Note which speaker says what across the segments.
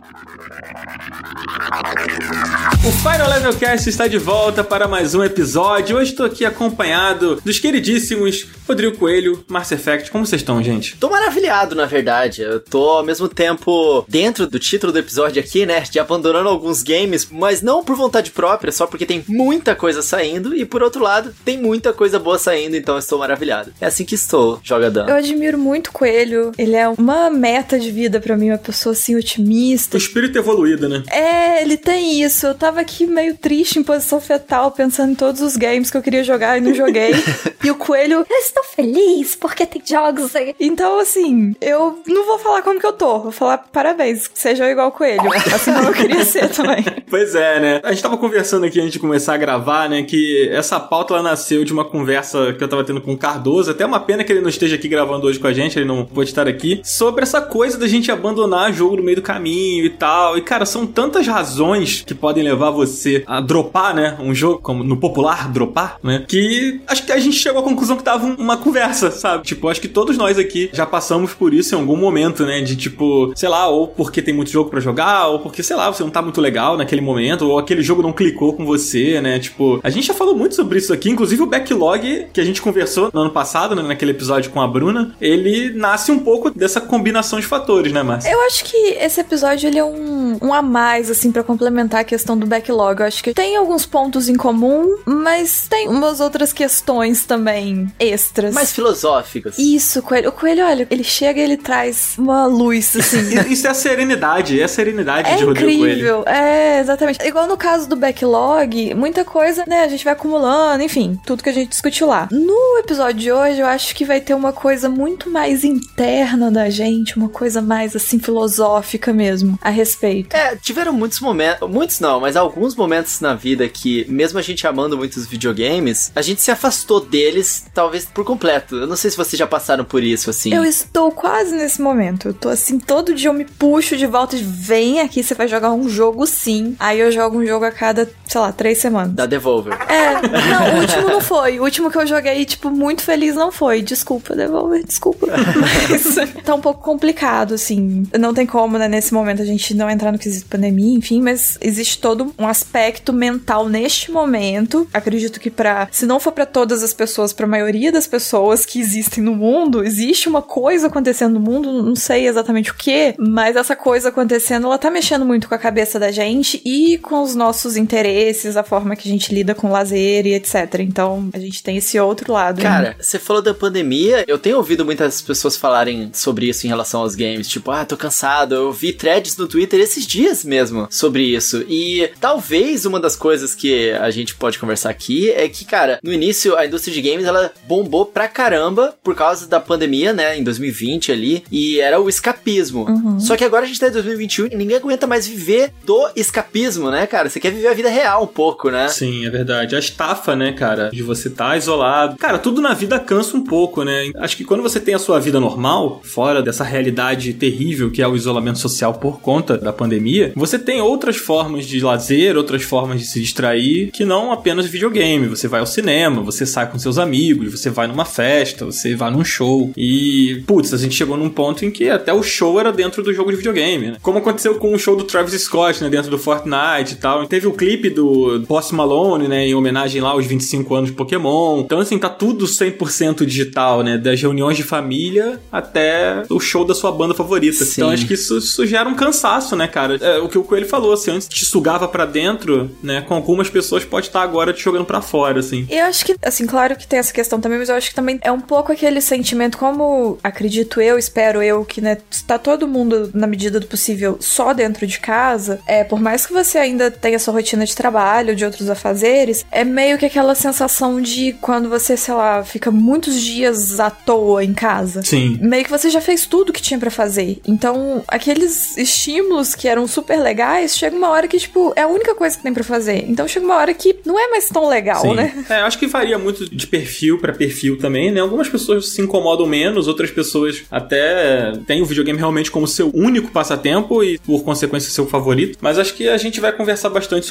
Speaker 1: O Final Level Cast está de volta para mais um episódio. Hoje estou aqui acompanhado dos queridíssimos Rodrigo Coelho, Mass Effect. Como vocês estão, gente?
Speaker 2: Tô maravilhado, na verdade. Eu tô, ao mesmo tempo, dentro do título do episódio aqui, né, de abandonando alguns games, mas não por vontade própria, só porque tem muita coisa saindo, e por outro lado, tem muita coisa boa saindo, então eu estou maravilhado. É assim que estou, jogadão.
Speaker 3: Eu admiro muito o Coelho. Ele é uma meta de vida pra mim, uma pessoa assim, otimista.
Speaker 1: O espírito evoluído, né?
Speaker 3: É, ele tem isso. Eu tava aqui meio triste, em posição fetal, pensando em todos os games que eu queria jogar e não joguei. E o Coelho, eu estou feliz porque tem jogos aí. Então, assim, eu não vou falar como que eu tô. Vou falar parabéns, seja igual o Coelho. Assim como eu queria ser também.
Speaker 1: Pois é, né? A gente tava conversando aqui antes de começar a gravar, né? Que essa pauta, ela nasceu de uma conversa que eu tava tendo com o Cardoso. Até uma pena que ele não esteja aqui gravando hoje com a gente, ele não pôde estar aqui. Sobre essa coisa da gente abandonar jogo no meio do caminho e tal. E, cara, são tantas razões que podem levar você a dropar, né? Um jogo, como no popular, dropar, né? Que acho que a gente chegou à conclusão que tava uma conversa, sabe? Tipo, acho que todos nós aqui já passamos por isso em algum momento, né? De tipo, sei lá, ou porque tem muito jogo pra jogar, ou porque, sei lá, você não tá muito legal naquele momento, ou aquele jogo não clicou com você, né? Tipo, a gente já falou muito sobre isso aqui, inclusive o backlog que a gente conversou no ano passado, né? Naquele episódio com a Bruna, ele nasce um pouco dessa combinação de fatores, né, Márcia?
Speaker 3: Eu acho que esse episódio, ele é um a mais, assim, pra complementar a questão do backlog. Eu acho que tem alguns pontos em comum, mas tem umas outras questões também extras.
Speaker 2: Mais filosóficas.
Speaker 3: Isso, o Coelho, olha, ele chega e ele traz uma luz, assim.
Speaker 1: Isso é a serenidade de Rodrigo
Speaker 3: incrível.
Speaker 1: Coelho.
Speaker 3: É, exatamente. Igual no caso do backlog, muita coisa, né, a gente vai acumulando, enfim, tudo que a gente discutiu lá. No episódio de hoje, eu acho que vai ter uma coisa muito mais interna da gente, uma coisa mais, assim, filosófica mesmo, a respeito.
Speaker 2: É, tiveram muitos momentos, muitos não, mas alguns momentos na vida que, mesmo a gente amando muitos videogames, a gente se afastou deles, talvez por completo. Eu não sei se vocês já passaram por isso, assim.
Speaker 3: Eu estou quase nesse momento. Eu tô assim, todo dia eu me puxo de volta e vem aqui, você vai jogar um jogo sim. Aí eu jogo um jogo a cada, sei lá, 3 semanas.
Speaker 2: Da Devolver.
Speaker 3: É, não, o último não foi. O último que eu joguei, tipo, muito feliz não foi. Desculpa, Devolver, desculpa. Mas tá um pouco complicado, assim. Não tem como, né, nesse momento a gente não entrar no quesito pandemia, enfim, mas existe todo um aspecto mental neste momento. Acredito que se não for pra todas as pessoas, pra maioria das pessoas que existem no mundo, existe uma coisa acontecendo no mundo, não sei exatamente o que, mas essa coisa acontecendo, ela tá mexendo muito com a cabeça da gente e com os nossos interesses, a forma que a gente lida com lazer e etc. Então, a gente tem esse outro lado.
Speaker 2: Cara, você falou da pandemia, eu tenho ouvido muitas pessoas falarem sobre isso em relação aos games, tipo, tô cansado, eu vi threads no Twitter esses dias mesmo sobre isso, e talvez uma das coisas que a gente pode conversar aqui é que, cara, no início a indústria de games, ela bombou pra caramba por causa da pandemia, né, em 2020 ali, e era o escapismo. Só que agora a gente tá em 2021 e ninguém aguenta mais viver do escapismo, né, cara? Você quer viver a vida real um pouco, né?
Speaker 1: Sim, é verdade. A estafa, né, cara, de você tá isolado. Cara, tudo na vida cansa um pouco, né? Acho que quando você tem a sua vida normal, fora dessa realidade terrível que é o isolamento social por conta da pandemia, você tem outras formas de lazer, outras formas de se distrair, que não apenas videogame. Você vai ao cinema, você sai com seus amigos, você vai numa festa, você vai num show. E, putz, a gente chegou num ponto em que até o show era dentro do jogo de videogame, né? Como aconteceu com o show do Travis Scott, né, dentro do Fortnite e tal. E teve o clipe do Post Malone, né, em homenagem lá aos 25 anos de Pokémon. Então, assim, tá tudo 100% digital, né? Das reuniões de família até o show da sua banda favorita.
Speaker 2: Sim.
Speaker 1: Então, acho que isso gera um cansaço, né, cara? É, o que o Coelho falou, assim, antes te sugava pra dentro, né, com algumas pessoas pode estar agora te jogando pra fora, assim.
Speaker 3: Eu acho que, assim, claro que tem essa questão também, mas eu acho que também é um pouco aquele sentimento, como acredito eu, espero eu, que, né, tá todo mundo, na medida do possível, só dentro de casa, por mais que você ainda tenha sua rotina de trabalho, de outros afazeres, é meio que aquela sensação de quando você, sei lá, fica muitos dias à toa em casa.
Speaker 1: Sim.
Speaker 3: Meio que você já fez tudo que tinha pra fazer. Então, aqueles estímulos que eram super legais, chega uma hora que, tipo, é a única coisa que tem pra fazer. Então, chega uma hora que não é mais tão legal,
Speaker 1: Sim.
Speaker 3: né?
Speaker 1: É, acho que varia muito de perfil pra perfil também, né? Algumas pessoas se incomodam menos, outras pessoas até têm o videogame realmente como seu único passatempo e, por consequência, seu favorito. Mas acho que a gente vai conversar bastante sobre isso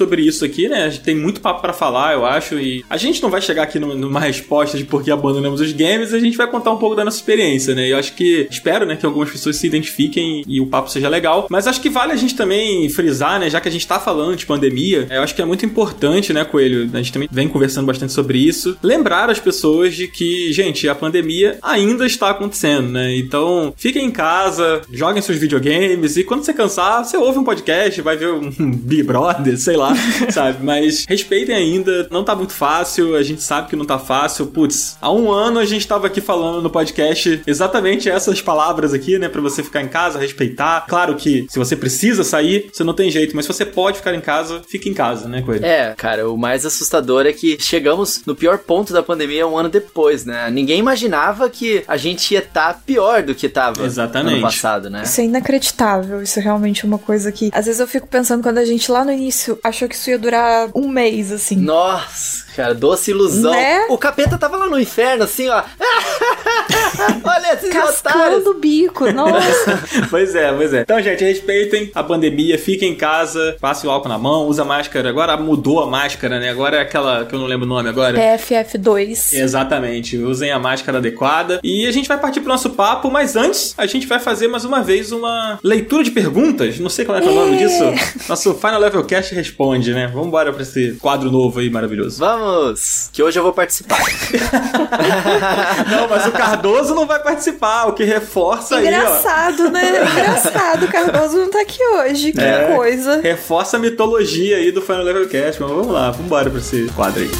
Speaker 1: isso aqui, né? A gente tem muito papo pra falar, eu acho, e a gente não vai chegar aqui numa resposta de por que abandonamos os games, a gente vai contar um pouco da nossa experiência, né? Eu acho que, espero, né, que algumas pessoas se identifiquem e o papo seja legal, mas acho que vale a gente também frisar, né, já que a gente tá falando de pandemia, eu acho que é muito importante, né, Coelho, a gente também vem conversando bastante sobre isso, lembrar as pessoas de que, gente, a pandemia ainda está acontecendo, né? Então, fiquem em casa, joguem seus videogames e quando você cansar, você ouve um podcast, vai ver um Big Brother, sei lá, sabe? Mas respeitem ainda, não tá muito fácil, a gente sabe que não tá fácil. Putz, há um ano a gente tava aqui falando no podcast exatamente essas palavras aqui, né? Pra você ficar em casa, respeitar. Claro que se você precisa sair, você não tem jeito, mas se você pode ficar em casa, fique em casa, né, Coelho?
Speaker 2: Cara, o mais assustador é que chegamos no pior ponto da pandemia um ano depois, né? Ninguém imaginava que a gente ia estar pior do que tava
Speaker 1: Exatamente.
Speaker 2: ano passado, né?
Speaker 3: Isso é inacreditável, isso é realmente uma coisa que... Às vezes eu fico pensando quando a gente lá no início achou que isso ia durar um mês, assim.
Speaker 2: Nossa, cara, doce ilusão.
Speaker 3: Né?
Speaker 2: O capeta tava lá no inferno, assim, ó. Olha esses otários.
Speaker 3: Cascando o bico, nossa.
Speaker 1: Pois é. Então, gente, respeitem a pandemia, fiquem em casa, passe o álcool na mão, usa máscara. Agora mudou a máscara, né? Agora é aquela que eu não lembro o nome agora.
Speaker 3: PFF2.
Speaker 1: Exatamente, usem a máscara adequada. E a gente vai partir pro nosso papo, mas antes a gente vai fazer mais uma vez uma leitura de perguntas. Não sei qual é o nome disso. Nosso Final Level Cast responde, né? Vamos embora pra esse quadro novo aí, maravilhoso.
Speaker 2: Vamos! Que hoje eu vou participar.
Speaker 1: Não, mas o Cardoso não vai participar, o que reforça aí, ó.
Speaker 3: Engraçado, né? Engraçado, o Cardoso não tá aqui hoje. Que coisa.
Speaker 1: Reforça a mitologia aí do Final Level Cast. Mas vamos lá, vamos embora pra esse quadro aí.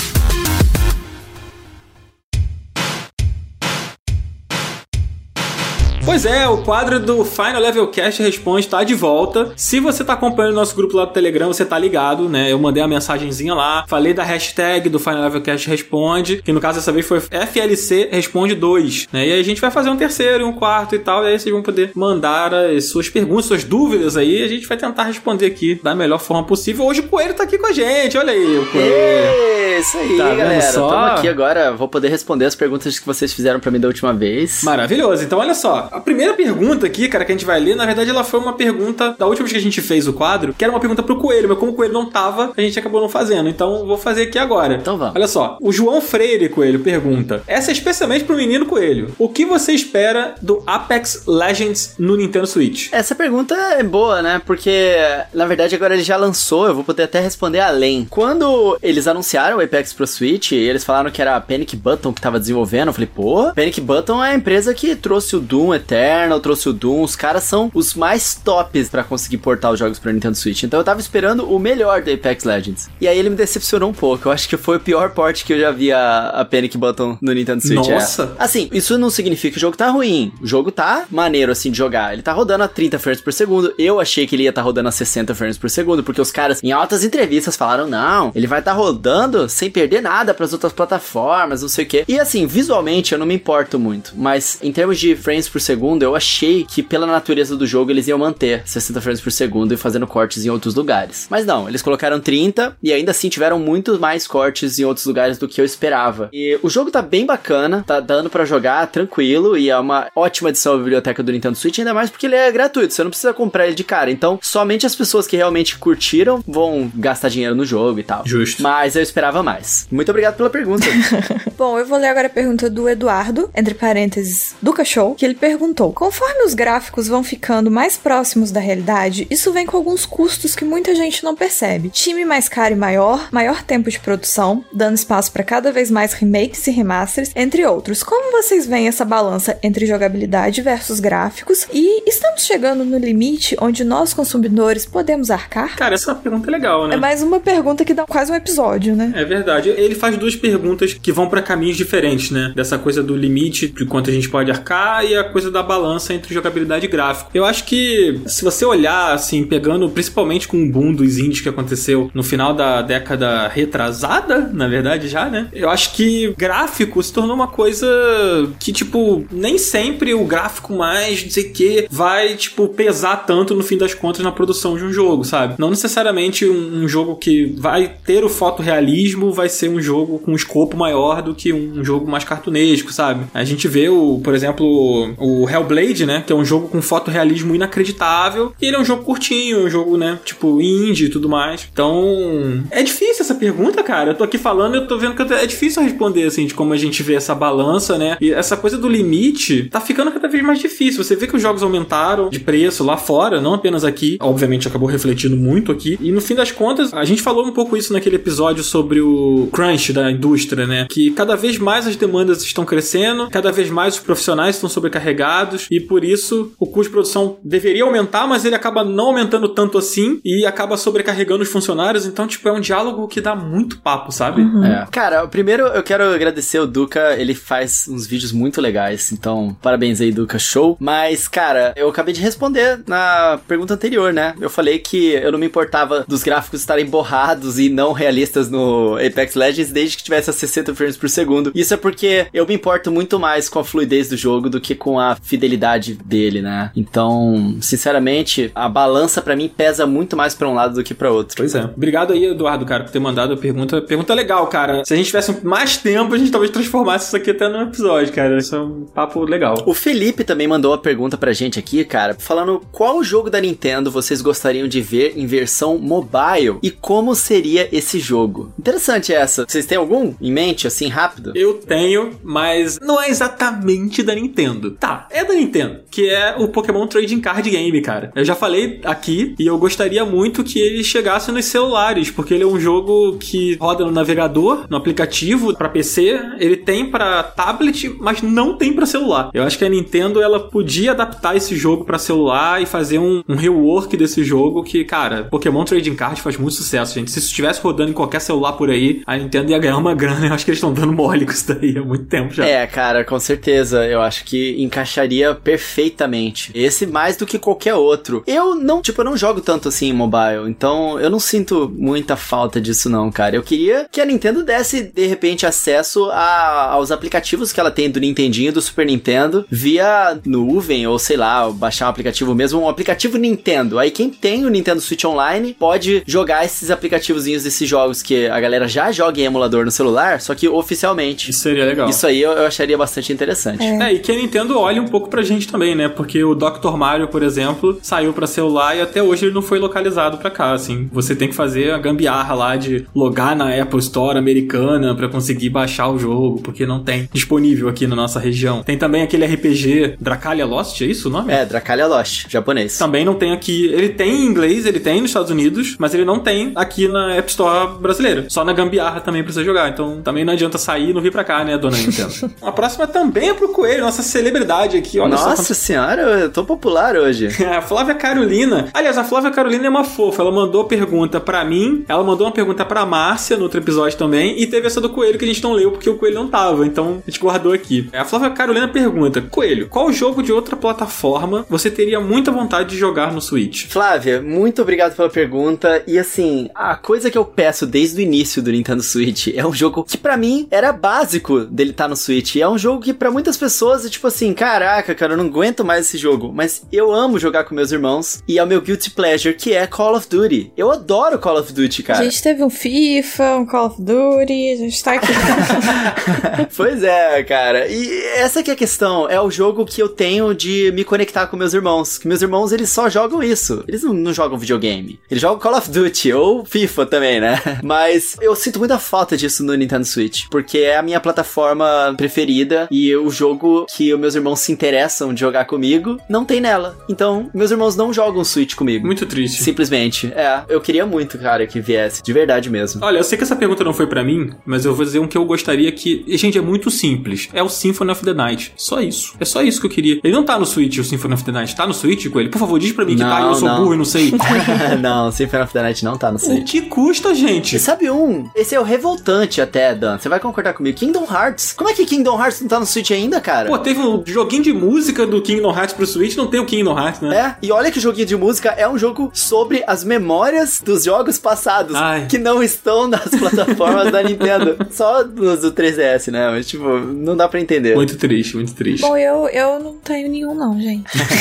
Speaker 1: Pois é, o quadro do Final Level Cast Responde tá de volta. Se você tá acompanhando o nosso grupo lá do Telegram, você tá ligado, né? Eu mandei a mensagenzinha lá, falei da hashtag do Final Level Cast Responde, que no caso dessa vez foi FLC Responde 2, né? E aí a gente vai fazer um terceiro e um quarto e tal, e aí vocês vão poder mandar as suas perguntas, suas dúvidas aí, e a gente vai tentar responder aqui da melhor forma possível. Hoje o Coelho tá aqui com a gente, olha aí o Coelho.
Speaker 2: Isso aí,
Speaker 1: Tá
Speaker 2: galera.
Speaker 1: só?
Speaker 2: Tamo aqui agora, vou poder responder as perguntas que vocês fizeram pra mim da última vez.
Speaker 1: Maravilhoso. Então, olha só. A primeira pergunta aqui, cara, que a gente vai ler, na verdade, ela foi uma pergunta da última vez que a gente fez o quadro, que era uma pergunta pro Coelho, mas como o Coelho não tava, a gente acabou não fazendo. Então, vou fazer aqui agora.
Speaker 2: Então vamos.
Speaker 1: Olha só. O João Freire, Coelho, pergunta. Essa é especialmente pro menino Coelho. O que você espera do Apex Legends no Nintendo Switch?
Speaker 2: Essa pergunta é boa, né? Porque, na verdade, agora ele já lançou, eu vou poder até responder além. Quando eles anunciaram o Apex pro Switch, eles falaram que era a Panic Button que tava desenvolvendo, eu falei, pô, Panic Button é a empresa que trouxe o Doom Eternal, trouxe o Doom, os caras são os mais tops pra conseguir portar os jogos pra Nintendo Switch, então eu tava esperando o melhor do Apex Legends. E aí ele me decepcionou um pouco, eu acho que foi o pior port que eu já vi a Panic Button no Nintendo Switch.
Speaker 1: Nossa!
Speaker 2: Assim, isso não significa que o jogo tá ruim, o jogo tá maneiro assim de jogar, ele tá rodando a 30 frames por segundo, eu achei que ele ia tá rodando a 60 frames por segundo, porque os caras em altas entrevistas falaram, não, ele vai tá rodando sem perder nada pras outras plataformas, não sei o que. E assim, visualmente eu não me importo muito, mas em termos de frames por segundo, eu achei que pela natureza do jogo eles iam manter 60 frames por segundo e fazendo cortes em outros lugares. Mas não, eles colocaram 30 e ainda assim tiveram muito mais cortes em outros lugares do que eu esperava. E o jogo tá bem bacana, tá dando pra jogar tranquilo e é uma ótima adição à biblioteca do Nintendo Switch, ainda mais porque ele é gratuito, você não precisa comprar ele de cara. Então, somente as pessoas que realmente curtiram vão gastar dinheiro no jogo e tal.
Speaker 1: Justo.
Speaker 2: Mas eu esperava mais. Muito obrigado pela pergunta.
Speaker 3: Bom, eu vou ler agora a pergunta do Eduardo, entre parênteses, do Cachorro, que ele perguntou: conforme os gráficos vão ficando mais próximos da realidade, isso vem com alguns custos que muita gente não percebe. Time mais caro e maior tempo de produção, dando espaço para cada vez mais remakes e remasters, entre outros. Como vocês veem essa balança entre jogabilidade versus gráficos? E estamos chegando no limite onde nós, consumidores, podemos arcar?
Speaker 1: Cara, essa pergunta é legal, né?
Speaker 3: É mais uma pergunta que dá quase um episódio, né?
Speaker 1: É verdade. Ele faz duas perguntas que vão pra caminhos diferentes, né? Dessa coisa do limite de quanto a gente pode arcar e a coisa da balança entre jogabilidade e gráfico. Eu acho que se você olhar, assim, pegando principalmente com o boom dos indies que aconteceu no final da década retrasada, na verdade já, né? Eu acho que gráfico se tornou uma coisa que, tipo, nem sempre o gráfico mais, não sei o que, vai, tipo, pesar tanto no fim das contas na produção de um jogo, sabe? Não necessariamente um jogo que vai ter o fotorrealismo vai ser um jogo com um escopo maior do que um jogo mais cartunesco, sabe? A gente vê, por exemplo, o o Hellblade, né? Que é um jogo com fotorrealismo inacreditável. E ele é um jogo curtinho, um jogo, né? Tipo, indie e tudo mais. Então, é difícil essa pergunta, cara. Eu tô aqui falando e eu tô vendo que é difícil responder, assim, de como a gente vê essa balança, né? E essa coisa do limite tá ficando cada vez mais difícil. Você vê que os jogos aumentaram de preço lá fora, não apenas aqui. Obviamente, acabou refletindo muito aqui. E no fim das contas, a gente falou um pouco isso naquele episódio sobre o crunch da indústria, né? Que cada vez mais as demandas estão crescendo, cada vez mais os profissionais estão sobrecarregados e por isso o custo de produção deveria aumentar, mas ele acaba não aumentando tanto assim e acaba sobrecarregando os funcionários. Então, tipo, é um diálogo que dá muito papo, sabe?
Speaker 3: Uhum.
Speaker 2: É. Cara, primeiro eu quero agradecer o Duca, ele faz uns vídeos muito legais, então parabéns aí, Duca, show. Mas, cara, eu acabei de responder na pergunta anterior, né? Eu falei que eu não me importava dos gráficos estarem borrados e não realistas no Apex Legends desde que tivesse a 60 frames por segundo. Isso é porque eu me importo muito mais com a fluidez do jogo do que com a fidelidade dele, né? Então, sinceramente, a balança pra mim pesa muito mais pra um lado do que pra outro.
Speaker 1: Pois é. Obrigado aí, Eduardo, cara, por ter mandado a pergunta. Pergunta legal, cara. Se a gente tivesse mais tempo, a gente talvez transformasse isso aqui até num episódio, cara. Isso é um papo legal.
Speaker 2: O Felipe também mandou uma pergunta pra gente aqui, cara, falando qual jogo da Nintendo vocês gostariam de ver em versão mobile e como seria esse jogo. Interessante essa. Vocês têm algum em mente, assim, rápido?
Speaker 1: Eu tenho, mas não é exatamente da Nintendo. Tá, é da Nintendo, que é o Pokémon Trading Card Game, cara. Eu já falei aqui e eu gostaria muito que ele chegasse nos celulares, porque ele é um jogo que roda no navegador, no aplicativo, pra PC, ele tem pra tablet, mas não tem pra celular. Eu acho que a Nintendo, ela podia adaptar esse jogo pra celular e fazer um rework desse jogo que, cara, Pokémon Trading Card faz muito sucesso, gente. Se isso estivesse rodando em qualquer celular por aí, a Nintendo ia ganhar uma grana. Eu acho que eles estão dando mole com isso daí há muito tempo já.
Speaker 2: É, cara, com certeza. Eu acho que encaixaria perfeitamente. Esse mais do que qualquer outro. Eu não jogo tanto assim em mobile, então eu não sinto muita falta disso não, cara. Eu queria que a Nintendo desse, de repente, acesso aos aplicativos que ela tem do Nintendinho, do Super Nintendo, via nuvem, ou sei lá, baixar um aplicativo mesmo, um aplicativo Nintendo. Aí quem tem o Nintendo Switch Online pode jogar esses aplicativozinhos desses jogos que a galera já joga em emulador no celular, só que oficialmente.
Speaker 1: Isso seria legal.
Speaker 2: Isso aí eu acharia bastante interessante.
Speaker 1: E que a Nintendo olhe um pouco pra gente também, né? Porque o Dr. Mario, por exemplo, saiu pra celular e até hoje ele não foi localizado pra cá, assim. Você tem que fazer a gambiarra lá de logar na Apple Store americana pra conseguir baixar o jogo, porque não tem disponível aqui na nossa região. Tem também aquele RPG Dragalia Lost, é isso o nome?
Speaker 2: É, Dragalia Lost, japonês.
Speaker 1: Também não tem aqui. Ele tem em inglês, ele tem nos Estados Unidos, mas ele não tem aqui na App Store brasileira. Só na gambiarra também pra você jogar. Então também não adianta sair e não vir pra cá, né, dona Nintendo? A próxima também é pro Coelho, nossa celebridade aqui. Olha
Speaker 2: nossa
Speaker 1: só
Speaker 2: senhora, eu tô popular hoje.
Speaker 1: A Flávia Carolina. Aliás, a Flávia Carolina é uma fofa. Ela mandou pergunta pra mim, ela mandou uma pergunta pra Márcia no outro episódio também, e teve essa do Coelho que a gente não leu porque o Coelho não tava, então a gente guardou aqui. A Flávia Carolina pergunta: Coelho, qual jogo de outra plataforma você teria muita vontade de jogar no Switch?
Speaker 2: Flávia, muito obrigado pela pergunta. E assim, a coisa que eu peço desde o início do Nintendo Switch é um jogo que pra mim era básico dele estar no Switch. É um jogo que pra muitas pessoas é tipo assim, caraca, cara, eu não aguento mais esse jogo. Mas eu amo jogar com meus irmãos e é o meu guilty pleasure, que é Call of Duty. Eu adoro Call of Duty, cara.
Speaker 3: A gente teve um FIFA, um Call of Duty, a gente tá aqui.
Speaker 2: Pois é, cara. E essa que é a questão. É o jogo que eu tenho de me conectar com meus irmãos. Que meus irmãos, eles só jogam isso. Eles não jogam videogame. Eles jogam Call of Duty ou FIFA também, né? Mas eu sinto muita falta disso no Nintendo Switch. Porque é a minha plataforma preferida e o jogo que os meus irmãos se interessam de jogar comigo não tem nela. Então, meus irmãos não jogam Switch comigo.
Speaker 1: Muito triste.
Speaker 2: Simplesmente. Eu queria muito, cara, que viesse. De verdade mesmo.
Speaker 1: Olha, eu sei que essa pergunta não foi pra mim, mas eu vou dizer um que eu gostaria que... Gente, é muito simples. É o Symphony of the Night. Só isso. É só isso que eu queria. Ele não tá no Switch, o Symphony of the Night. Tá no Switch, Coelho? Por favor, diz pra mim que tá e eu sou burro e não sei.
Speaker 2: Não, Symphony of the Night não tá no Switch.
Speaker 1: O que custa, gente?
Speaker 2: E sabe esse é o revoltante até, Dan. Você vai concordar comigo. Kingdom Hearts. Como é que Kingdom Hearts não tá no Switch ainda, cara?
Speaker 1: Pô, teve um joguinho de música do Kingdom Hearts pro Switch, não tem o Kingdom Hearts, né?
Speaker 2: E olha que o joguinho de música é um jogo sobre as memórias dos jogos passados. Que não estão nas plataformas da Nintendo. Só nos do 3DS, né? Mas, tipo, não dá pra entender.
Speaker 1: Muito triste, muito triste.
Speaker 3: Bom, eu não tenho nenhum não, gente.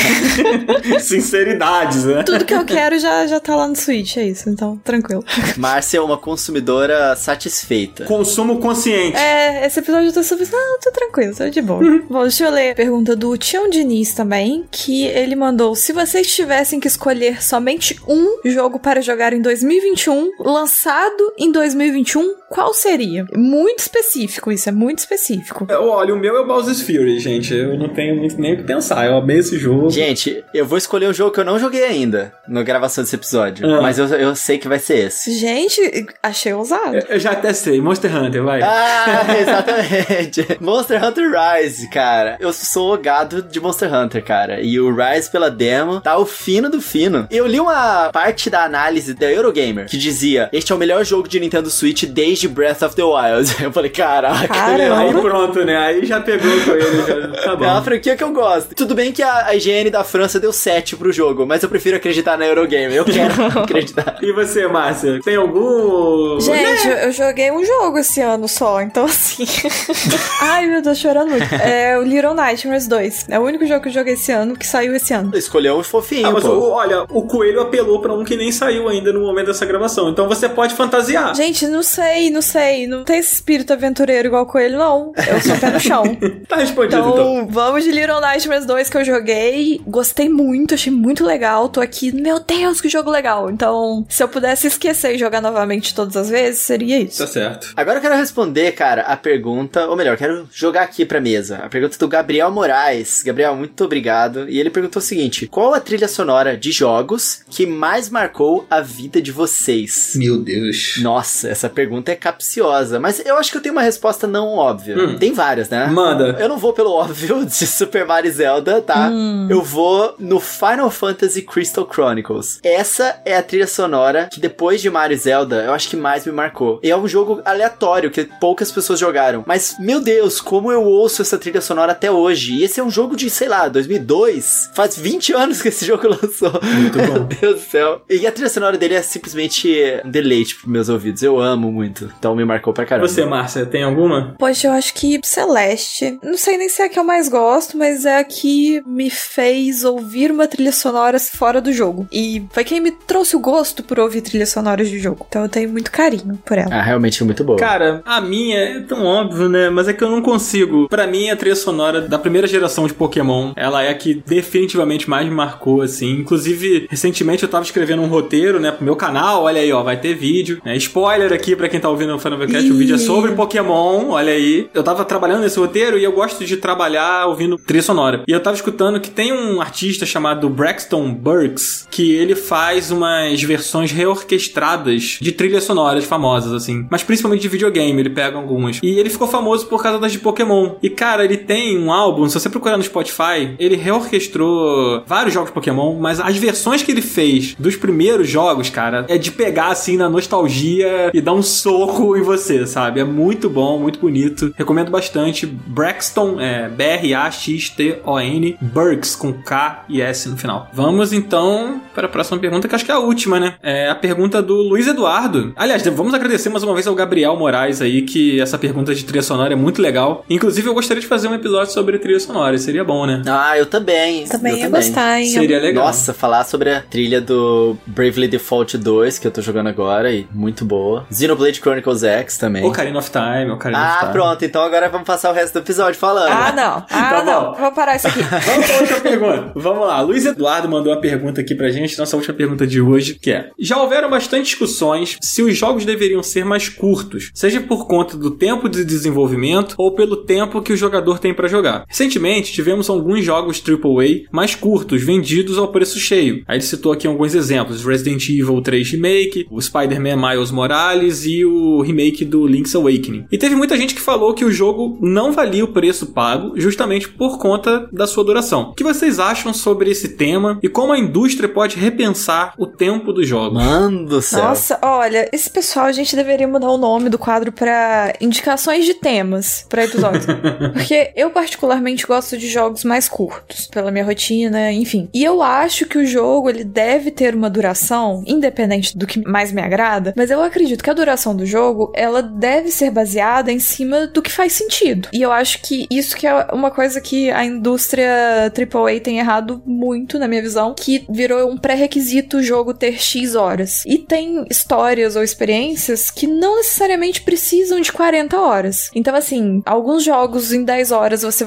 Speaker 1: Sinceridades, né?
Speaker 3: Tudo que eu quero já tá lá no Switch, é isso. Então, tranquilo.
Speaker 2: Márcia é uma consumidora satisfeita.
Speaker 1: Consumo consciente.
Speaker 3: Esse episódio eu tô super... tô tranquilo, tô de boa. Bom, deixa eu ler a pergunta do Tião Diniz também, que ele mandou: se vocês tivessem que escolher somente um jogo para jogar em 2021, lançado em 2021, qual seria? Muito específico, isso é muito específico.
Speaker 1: Olha, o meu é o Bowser's Fury, gente. Eu não tenho muito nem o que pensar. Eu amei esse jogo.
Speaker 2: Gente, eu vou escolher um jogo que eu não joguei ainda na gravação desse episódio, mas eu sei que vai ser esse.
Speaker 3: Gente, achei ousado.
Speaker 1: Eu já até sei. Monster Hunter, vai.
Speaker 2: Ah, exatamente. Monster Hunter Rise, cara. Eu sou gado de Monster Hunter, cara. E o Rise pela demo tá o fino do fino. Eu li uma parte da análise da Eurogamer que dizia: este é o melhor jogo de Nintendo Switch desde Breath of the Wild. Eu falei, caraca.
Speaker 1: Aí pronto, né? Aí já pegou com ele. Já. Tá bom.
Speaker 2: É uma franquia que eu gosto. Tudo bem que a IGN da França deu 7 pro jogo, mas eu prefiro acreditar na Eurogamer. Eu quero acreditar.
Speaker 1: E você, Márcia? Tem algum...
Speaker 3: Gente, eu joguei um jogo esse ano só, então assim... Ai, meu Deus, chorando muito. É o Little Nightmares 2. É o único jogo que eu joguei esse ano, que saiu esse ano.
Speaker 2: Escolheu um fofinho,
Speaker 1: mas
Speaker 2: pô.
Speaker 1: Olha, o Coelho apelou pra um que nem saiu ainda no momento dessa gravação. Então você pode fantasiar.
Speaker 3: Gente, não sei. Não tem esse espírito aventureiro igual o Coelho, não. Eu sou pé no chão.
Speaker 1: Tá respondido, então.
Speaker 3: Vamos de Little Nightmares 2 que eu joguei. Gostei muito, achei muito legal. Tô aqui, meu Deus, que jogo legal. Então, se eu pudesse esquecer e jogar novamente todas as vezes, seria isso.
Speaker 1: Tá certo.
Speaker 2: Agora eu quero responder, cara, a pergunta, ou melhor, quero jogar aqui pra mesa. A pergunta do Gabriel Moraes. Gabriel, muito obrigado. E ele perguntou o seguinte: qual a trilha sonora de jogos que mais marcou a vida de vocês?
Speaker 1: Meu Deus.
Speaker 2: Nossa, essa pergunta é capciosa, mas eu acho que eu tenho uma resposta não óbvia. Tem várias, né?
Speaker 1: Manda.
Speaker 2: Eu não vou pelo óbvio de Super Mario e Zelda, tá? Eu vou no Final Fantasy Crystal Chronicles. Essa é a trilha sonora que depois de Mario e Zelda, eu acho que mais me marcou. E é um jogo aleatório que poucas pessoas jogaram. Mas, meu Deus, como eu ouço essa trilha sonora até hoje. E esse é um jogo de, sei lá, 2002. Faz 20 anos que esse jogo lançou.
Speaker 1: Muito bom.
Speaker 2: Meu Deus do céu. E a trilha sonora dele é simplesmente um deleite pros meus ouvidos. Eu amo muito. Então me marcou pra caramba.
Speaker 1: Você, Márcia, tem alguma?
Speaker 3: Poxa, eu acho que Celeste. Não sei nem se é a que eu mais gosto, mas é a que me fez ouvir uma trilha sonora fora do jogo. E foi quem me trouxe o gosto por ouvir trilhas sonoras de jogo. Então eu tenho muito carinho por ela.
Speaker 2: Ah, realmente é muito boa.
Speaker 1: Cara, a minha é tão óbvio, né? Mas é que eu não consigo. Pra mim, a trilha sonora da primeira geração de Pokémon, ela é a que definitivamente mais me marcou, assim. Inclusive, recentemente eu tava escrevendo um roteiro, né, pro meu canal. Olha aí, ó, vai ter vídeo. Né? Spoiler aqui pra quem tá ouvindo o Final Fantasy, o vídeo é sobre Pokémon, olha aí. Eu tava trabalhando nesse roteiro e eu gosto de trabalhar ouvindo trilha sonora. E eu tava escutando que tem um artista chamado Braxton Burks, que ele faz umas versões reorquestradas de trilhas sonoras famosas, assim. Mas principalmente de videogame, ele pega algumas. E ele ficou famoso por causa das de Pokémon. E, cara, ele tem um álbum, se você procurar no Spotify, ele reorquestrou vários jogos de Pokémon, mas as versões que ele fez dos primeiros jogos, cara, é de pegar, assim, na nostalgia e dar um soco em você, sabe? É muito bom, muito bonito. Recomendo bastante. Braxton, B-R-A-X-T-O-N, Burks, com K e S no final. Vamos, então, para a próxima pergunta, que acho que é a última, né? É a pergunta do Luiz Eduardo. Aliás, vamos agradecer mais uma vez ao Gabriel Moraes aí, que essa pergunta de trilha sonora é muito legal. Inclusive, eu gostaria de fazer um episódio sobre trilha sonora. Seria bom, né?
Speaker 2: Ah, eu também.
Speaker 3: Também ia gostar, hein?
Speaker 1: Seria legal.
Speaker 2: Nossa, falar sobre a trilha do Bravely Default 2, que eu tô jogando agora, e muito boa. Xenoblade Chronicles X também.
Speaker 1: Ocarina of Time,
Speaker 2: Pronto. Então agora vamos passar o resto do episódio falando.
Speaker 3: Ah, não.
Speaker 1: Tá
Speaker 3: não.
Speaker 1: bom.
Speaker 3: Vou parar isso aqui.
Speaker 1: Vamos para a última pergunta. Vamos lá. Luiz Eduardo mandou uma pergunta aqui pra gente, nossa última pergunta de hoje, que é: já houveram bastante discussões se os jogos deveriam ser mais curtos, seja por conta do tempo de desenvolvimento ou pelo tempo que o jogador tem pra jogar. Recentemente, tivemos alguns jogos AAA mais curtos, vendidos ao preço cheio. Aí ele citou aqui alguns exemplos: Resident Evil 3 Remake, o Spider-Man Miles Morales e o remake do Link's Awakening. E teve muita gente que falou que o jogo não valia o preço pago, justamente por conta da sua duração. O que vocês acham sobre esse tema e como a indústria pode repensar o tempo dos jogos?
Speaker 2: Mano do céu.
Speaker 3: Nossa, olha, esse pessoal, a gente deveria mudar o nome do quadro pra indicações de temas pra episódio. Porque eu particularmente gosto de jogos mais curtos, pela minha rotina, enfim. E eu acho que o jogo, ele deve ter uma duração, independente do que mais me agrada, mas eu acredito que a duração do jogo, ela deve ser baseada em cima do que faz sentido. E eu acho que isso que é uma coisa que a indústria AAA tem errado muito, na minha visão, que virou um pré-requisito o jogo ter X horas. E tem histórias ou experiências que não necessariamente precisam de 40 horas. Então, assim, alguns jogos em 10 horas você vai completar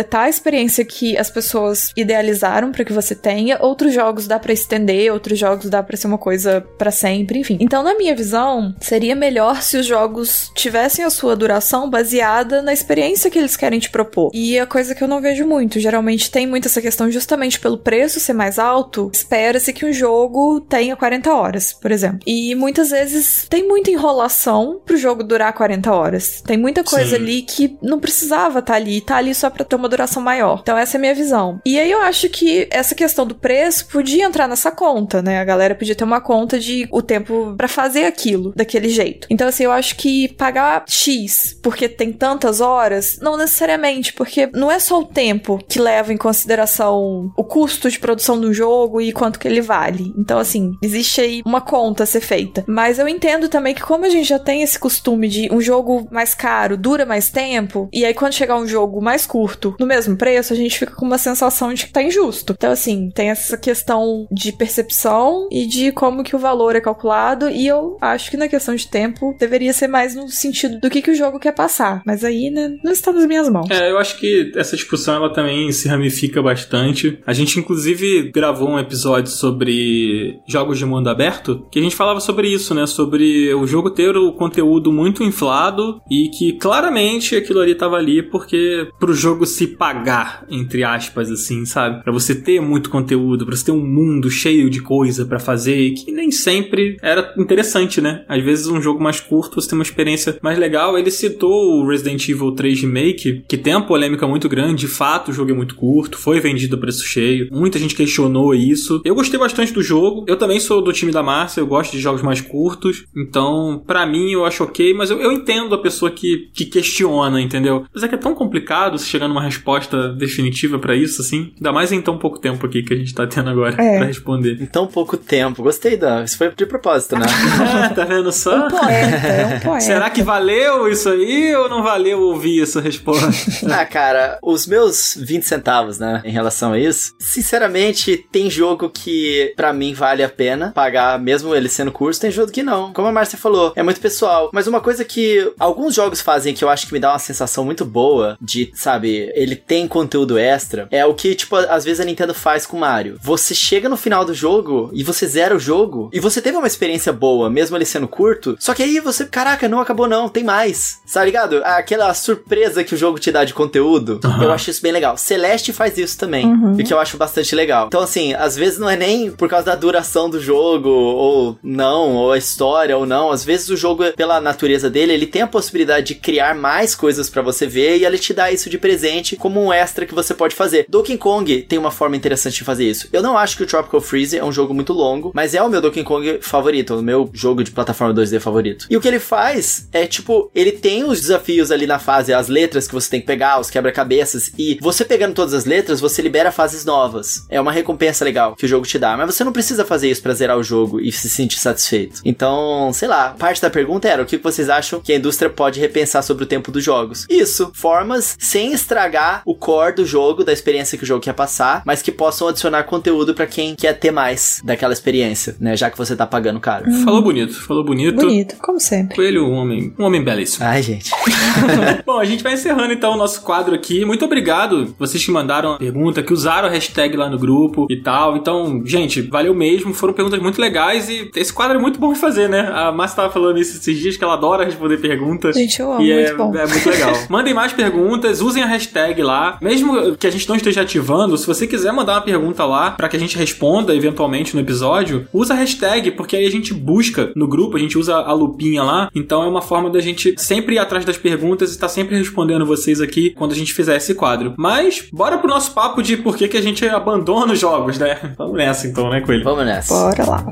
Speaker 3: completar a experiência que as pessoas idealizaram pra que você tenha, outros jogos dá pra estender, outros jogos dá pra ser uma coisa pra sempre, enfim. Então, na minha visão, seria melhor se os jogos tivessem a sua duração baseada na experiência que eles querem te propor. E a coisa que eu não vejo muito, geralmente tem muito essa questão justamente pelo preço ser mais alto, espera-se que um jogo tenha 40 horas, por exemplo. E muitas vezes tem muita enrolação pro jogo durar 40 horas. Tem muita coisa ali que não precisava estar ali, tá ali só pra ter uma duração maior. Então essa é a minha visão. E aí eu acho que essa questão do preço podia entrar nessa conta, né? A galera podia ter uma conta de o tempo pra fazer aquilo, daquele jeito. Então assim, eu acho que pagar X porque tem tantas horas, não necessariamente, porque não é só o tempo que leva em consideração o custo de produção do jogo e quanto que ele vale. Então assim, existe aí uma conta a ser feita. Mas eu entendo também que como a gente já tem esse costume de um jogo mais caro dura mais tempo, e aí quando chegar um jogo mais curto no mesmo preço, a gente fica com uma sensação de que tá injusto. Então assim, tem essa questão de percepção e de como que o valor é calculado, e eu acho que na questão de tempo deveria ser mais no sentido do que o jogo quer passar. Mas aí, né, não está nas minhas mãos.
Speaker 1: Eu acho que essa discussão ela também se ramifica bastante. A gente inclusive gravou um episódio sobre jogos de mundo aberto, que a gente falava sobre isso, né, sobre o jogo ter o conteúdo muito inflado e que claramente aquilo ali tava ali porque pro jogo se pagar, entre aspas, assim, sabe? Pra você ter muito conteúdo, pra você ter um mundo cheio de coisa pra fazer, que nem sempre era interessante, né? Às vezes um jogo mais curto você tem uma experiência mais legal. Ele citou o Resident Evil 3 Remake, que tem uma polêmica muito grande. De fato, o jogo é muito curto, foi vendido a preço cheio, muita gente questionou isso. Eu gostei bastante do jogo, eu também sou do time da Márcia, eu gosto de jogos mais curtos, então pra mim eu acho ok, mas eu entendo a pessoa que questiona, entendeu? Mas é que é tão complicado se chegar numa resposta definitiva pra isso, assim, ainda mais em tão pouco tempo aqui que a gente tá tendo agora pra responder.
Speaker 2: Em tão pouco tempo, gostei isso foi de propósito, né?
Speaker 1: Tá vendo só?
Speaker 3: Um poeta.
Speaker 1: Será que valeu isso aí ou não valeu ouvir essa resposta?
Speaker 2: Cara, os meus 20 centavos, né, em relação a isso, sinceramente, tem jogo que pra mim vale a pena pagar, mesmo ele sendo curto, tem jogo que não. Como a Márcia falou, é muito pessoal. Mas uma coisa que alguns jogos fazem que eu acho que me dá uma sensação muito boa de, sabe, ele tem conteúdo extra, é o que, tipo, às vezes a Nintendo faz com Mario. Você chega no final do jogo e você zera o jogo e você teve uma experiência boa, mesmo ele sendo curto, só que aí você, caraca, não acabou não, tem mais. Tá ligado? Aquela surpresa que o jogo te dá de conteúdo, eu acho isso bem legal. Celeste faz isso também, o que eu acho bastante legal. Então, assim, às vezes não é nem por causa da duração do jogo, ou não, ou a história, ou não. Às vezes o jogo, pela natureza dele, ele tem a possibilidade de criar mais coisas pra você ver, e ele te dá isso de presente como um extra que você pode fazer. Donkey Kong tem uma forma interessante de fazer isso. Eu não acho que o Tropical Freeze é um jogo muito longo, mas é o meu Donkey Kong favorito, o meu jogo de plataforma 2D favorito. E o que ele faz é, tipo, ele tem os desafios ali na fase, as letras que você tem que pegar, os quebra-cabeças, e você pegando todas as letras, você libera fases novas. É uma recompensa legal que o jogo te dá, mas você não precisa fazer isso pra zerar o jogo e se sentir satisfeito. Então, sei lá, parte da pergunta era o que vocês acham que a indústria pode repensar sobre o tempo dos jogos. Isso, formas sem estragar o core do jogo, da experiência que o jogo quer passar, mas que possam adicionar conteúdo pra quem quer ter mais daquela experiência, né, já que você tá pagando caro.
Speaker 1: Falou bonito.
Speaker 3: Bonito, como sempre.
Speaker 1: Coelho, um homem belíssimo.
Speaker 2: Ai, gente.
Speaker 1: Bom, a gente vai encerrando então o nosso quadro aqui. Muito obrigado vocês que mandaram a pergunta, que usaram a hashtag lá no grupo e tal. Então, gente, valeu mesmo. Foram perguntas muito legais e esse quadro é muito bom de fazer, né? A Márcia tava falando isso esses dias, que ela adora responder perguntas.
Speaker 3: Gente, eu amo,
Speaker 1: e
Speaker 3: muito bom.
Speaker 1: É muito legal. Mandem mais perguntas, usem a hashtag lá. Mesmo que a gente não esteja ativando, se você quiser mandar uma pergunta lá pra que a gente responda eventualmente no episódio, usa a hashtag, porque aí a gente busca no grupo, a gente usa a lupinha lá. Então é uma forma da gente sempre ir atrás das perguntas e estar sempre respondendo vocês aqui quando a gente fizer esse quadro. Mas, bora pro nosso papo de por que a gente abandona os jogos, né? Vamos nessa então, né, Coelho?
Speaker 2: Vamos nessa.
Speaker 3: Bora lá.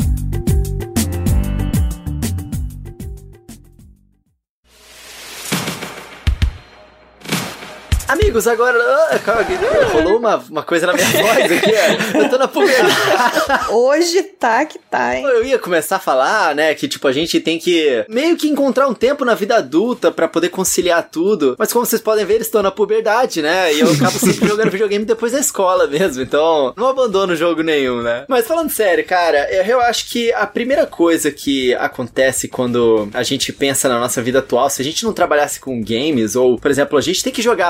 Speaker 2: Amigos, agora... rolou uma coisa na minha voz aqui, ó. Eu tô na puberdade.
Speaker 3: Hoje tá que tá, hein?
Speaker 2: Eu ia começar a falar, né, que tipo, a gente tem que meio que encontrar um tempo na vida adulta pra poder conciliar tudo. Mas como vocês podem ver, estou na puberdade, né? E eu acabo sempre jogando videogame depois da escola mesmo. Então, não abandono jogo nenhum, né? Mas falando sério, cara, eu acho que a primeira coisa que acontece quando a gente pensa na nossa vida atual, se a gente não trabalhasse com games, ou, por exemplo, a gente tem que jogar várias coisas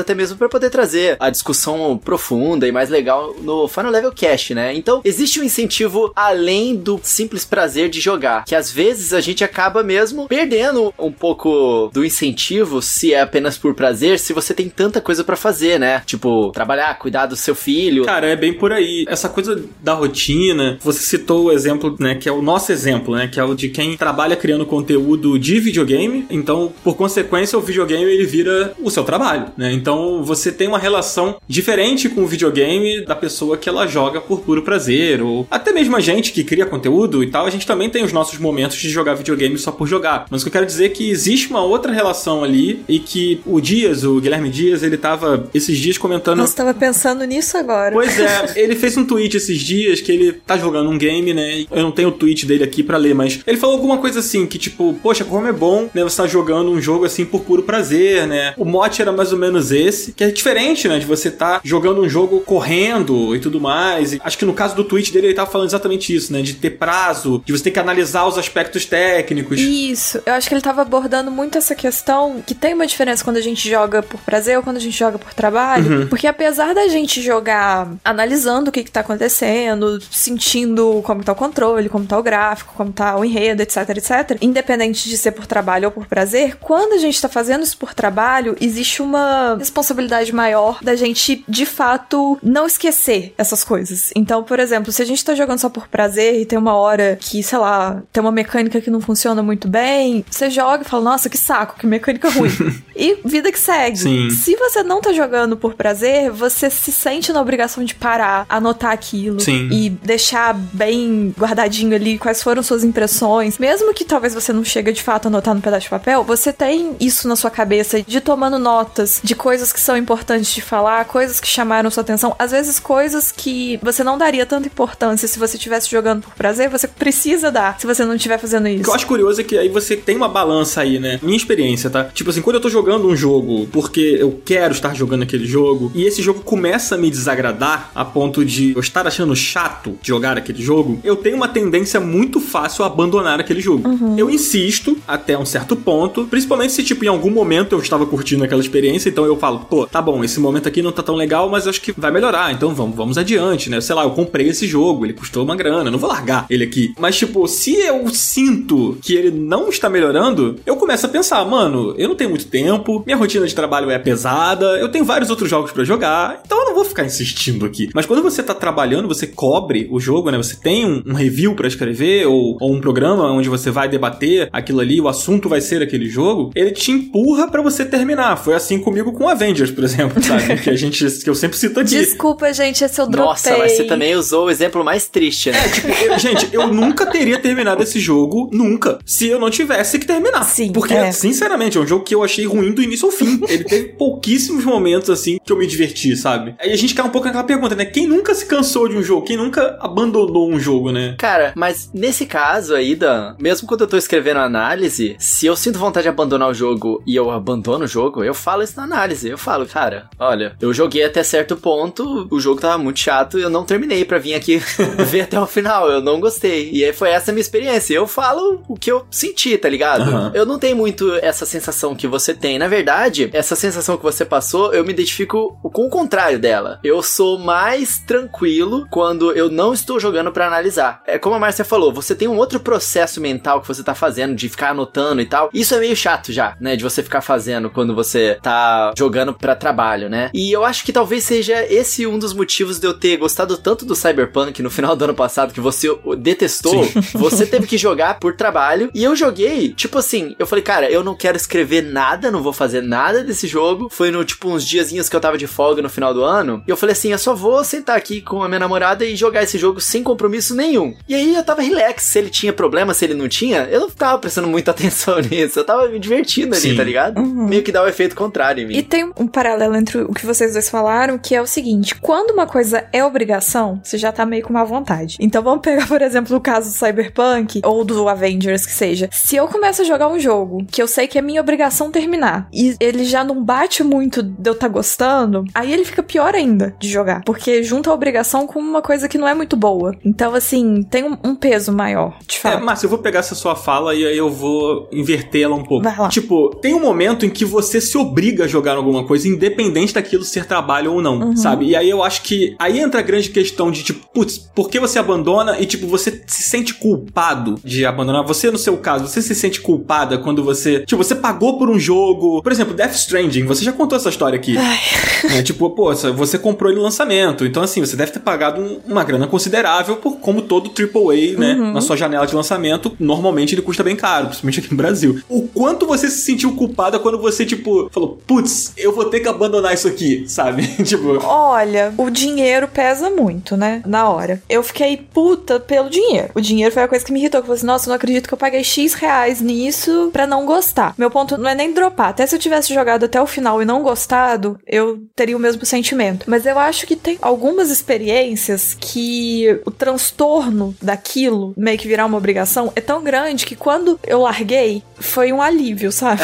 Speaker 2: até mesmo pra poder trazer a discussão profunda e mais legal no Final Level Cast, né? Então, existe um incentivo além do simples prazer de jogar, que às vezes a gente acaba mesmo perdendo um pouco do incentivo, se é apenas por prazer, se você tem tanta coisa pra fazer, né? Tipo, trabalhar, cuidar do seu filho.
Speaker 1: Cara, é bem por aí. Essa coisa da rotina, você citou o exemplo, né, que é o nosso exemplo, né, que é o de quem trabalha criando conteúdo de videogame, então, por consequência, o videogame, ele vira o seu trabalho, né? Então, você tem uma relação diferente com o videogame da pessoa que ela joga por puro prazer, ou até mesmo a gente que cria conteúdo e tal, a gente também tem os nossos momentos de jogar videogame só por jogar. Mas o que eu quero dizer é que existe uma outra relação ali e que o Guilherme Dias, ele tava esses dias comentando...
Speaker 3: Nossa, tava pensando nisso agora.
Speaker 1: Pois é, ele fez um tweet esses dias que ele tá jogando um game, né? Eu não tenho o tweet dele aqui pra ler, mas ele falou alguma coisa assim, que tipo, poxa, como é bom, né? Você tá jogando um jogo assim por puro prazer, né? O mote era mais ou menos esse, que é diferente, né? De você tá jogando um jogo correndo e tudo mais. E acho que no caso do tweet dele, ele tava falando exatamente isso, né? De ter prazo, de você ter que analisar os aspectos técnicos.
Speaker 3: Isso, eu acho que ele tava abordando muito essa questão, que tem uma diferença quando a gente joga por prazer ou quando a gente joga por trabalho, porque apesar da gente jogar analisando o que tá acontecendo, sentindo como tá o controle, como tá o gráfico, como tá o enredo, etc, etc, independente de ser por trabalho ou por prazer, quando a gente tá fazendo isso por trabalho, existe uma responsabilidade maior da gente, de fato, não esquecer essas coisas. Então, por exemplo, se a gente tá jogando só por prazer e tem uma hora que, sei lá, tem uma mecânica que não funciona muito bem, você joga e fala, nossa, que saco, que mecânica ruim. E vida que segue.
Speaker 1: Sim.
Speaker 3: Se você não tá jogando por prazer, você se sente na obrigação de parar, anotar aquilo.
Speaker 1: Sim.
Speaker 3: E deixar bem guardadinho ali quais foram suas impressões. Mesmo que talvez você não chegue de fato a anotar no pedaço de papel, você tem isso na sua cabeça de tomando notas de coisas que são importantes de falar, coisas que chamaram sua atenção, às vezes coisas que você não daria tanta importância se você estivesse jogando por prazer, você precisa dar se você não estiver fazendo isso.
Speaker 1: O que eu acho curioso é que aí você tem uma balança aí, né? Minha experiência, tá? Tipo assim, quando eu tô jogando um jogo porque eu quero estar jogando aquele jogo e esse jogo começa a me desagradar a ponto de eu estar achando chato de jogar aquele jogo, eu tenho uma tendência muito fácil a abandonar aquele jogo. Eu insisto até um certo ponto, principalmente se tipo em algum momento eu estava curtindo aquela experiência, então eu falo, pô, tá bom, esse momento aqui não tá tão legal, mas eu acho que vai melhorar, então vamos adiante, né? Sei lá, eu comprei esse jogo, ele custou uma grana, eu não vou largar ele aqui. Mas tipo, se eu sinto que ele não está melhorando, eu começo a pensar, mano, eu não tenho muito tempo, minha rotina de trabalho é pesada, eu tenho vários outros jogos pra jogar, então eu não vou ficar insistindo aqui. Mas quando você tá trabalhando, você cobre o jogo, né? Você tem um review pra escrever ou um programa onde você vai debater aquilo ali, o assunto vai ser aquele jogo, ele te empurra pra você terminar. Foi assim comigo com Avengers, por exemplo, sabe? que eu sempre cito aqui.
Speaker 3: Desculpa, gente, esse eu dropei.
Speaker 2: Nossa, mas você também usou o exemplo mais triste, né?
Speaker 1: Tipo, gente, eu nunca teria terminado esse jogo, nunca, se eu não tivesse que terminar.
Speaker 3: Sim,
Speaker 1: porque, sinceramente, é um jogo que eu achei ruim do início ao fim. Ele teve pouquíssimos momentos, assim, que eu me diverti, sabe? Aí a gente cai um pouco naquela pergunta, né? Quem nunca se cansou de um jogo? Quem nunca abandonou um jogo, né?
Speaker 2: Cara, mas nesse caso aí, Dan, mesmo quando eu tô escrevendo a análise, se eu sinto vontade de abandonar o jogo e eu abandono o jogo, eu falo isso na análise. Eu falo, cara, olha, eu joguei até certo ponto, o jogo tava muito chato e eu não terminei pra vir aqui ver até o final. Eu não gostei. E aí foi essa a minha experiência. Eu falo o que eu senti, tá ligado? Eu não tenho muito essa sensação que você tem. Na verdade, essa sensação que você passou, eu me identifico com o contrário dela. Eu sou mais tranquilo quando eu não estou jogando pra analisar. É como a Márcia falou, você tem um outro processo mental que você tá fazendo, de ficar anotando e tal. Isso é meio chato já, né? De você ficar fazendo quando você tá jogando pra trabalho, né? E eu acho que talvez seja esse um dos motivos de eu ter gostado tanto do Cyberpunk no final do ano passado, que você detestou. Sim. Você teve que jogar por trabalho. E eu joguei, tipo assim, eu falei, cara, eu não quero escrever nada, não vou fazer nada desse jogo. Foi no, tipo, uns diazinhos que eu tava de folga no final do ano. E eu falei assim, eu só vou sentar aqui com a minha namorada e jogar esse jogo sem compromisso nenhum. E aí eu tava relax, se ele tinha problema, se ele não tinha, eu não tava prestando muita atenção nisso. Eu tava me divertindo ali, Sim. tá ligado? Meio que dá o efeito contrário em mim.
Speaker 3: E tem um paralelo entre o que vocês dois falaram, que é o seguinte, quando uma coisa é obrigação, você já tá meio com má vontade. Então vamos pegar, por exemplo, o caso do Cyberpunk ou do Avengers, que seja. Se eu começo a jogar um jogo que eu sei que é minha obrigação terminar, e ele já não bate muito de eu tá gostando, aí ele fica pior ainda de jogar, porque junta a obrigação com uma coisa que não é muito boa. Então, assim, tem um peso maior, de fato.
Speaker 1: Márcia, eu vou pegar essa sua fala e aí eu vou inverter ela um pouco.
Speaker 3: Vai lá.
Speaker 1: Tipo, tem um momento em que você se obriga a jogar alguma alguma coisa, independente daquilo ser trabalho ou não, sabe? E aí eu acho que aí entra a grande questão de, tipo, putz, por que você abandona e, tipo, você se sente culpado de abandonar? Você, no seu caso, você se sente culpada quando você, tipo, você pagou por um jogo, por exemplo, Death Stranding, você já contou essa história aqui. Tipo, pô, você comprou ele no lançamento, então assim, você deve ter pagado uma grana considerável por como todo AAA, né, na sua janela de lançamento, normalmente ele custa bem caro, principalmente aqui no Brasil. O quanto você se sentiu culpada quando você, tipo, falou, putz, eu vou ter que abandonar isso aqui, sabe? Tipo...
Speaker 3: Olha, o dinheiro pesa muito, né, na hora. Eu fiquei puta pelo dinheiro. O dinheiro foi a coisa que me irritou, que eu falei assim, nossa, eu não acredito que eu paguei X reais nisso pra não gostar. Meu ponto não é nem dropar, até se eu tivesse jogado até o final e não gostado, eu teria o mesmo sentimento. Mas eu acho que tem algumas experiências que o transtorno daquilo meio que virar uma obrigação é tão grande que quando eu larguei, foi um alívio, sabe?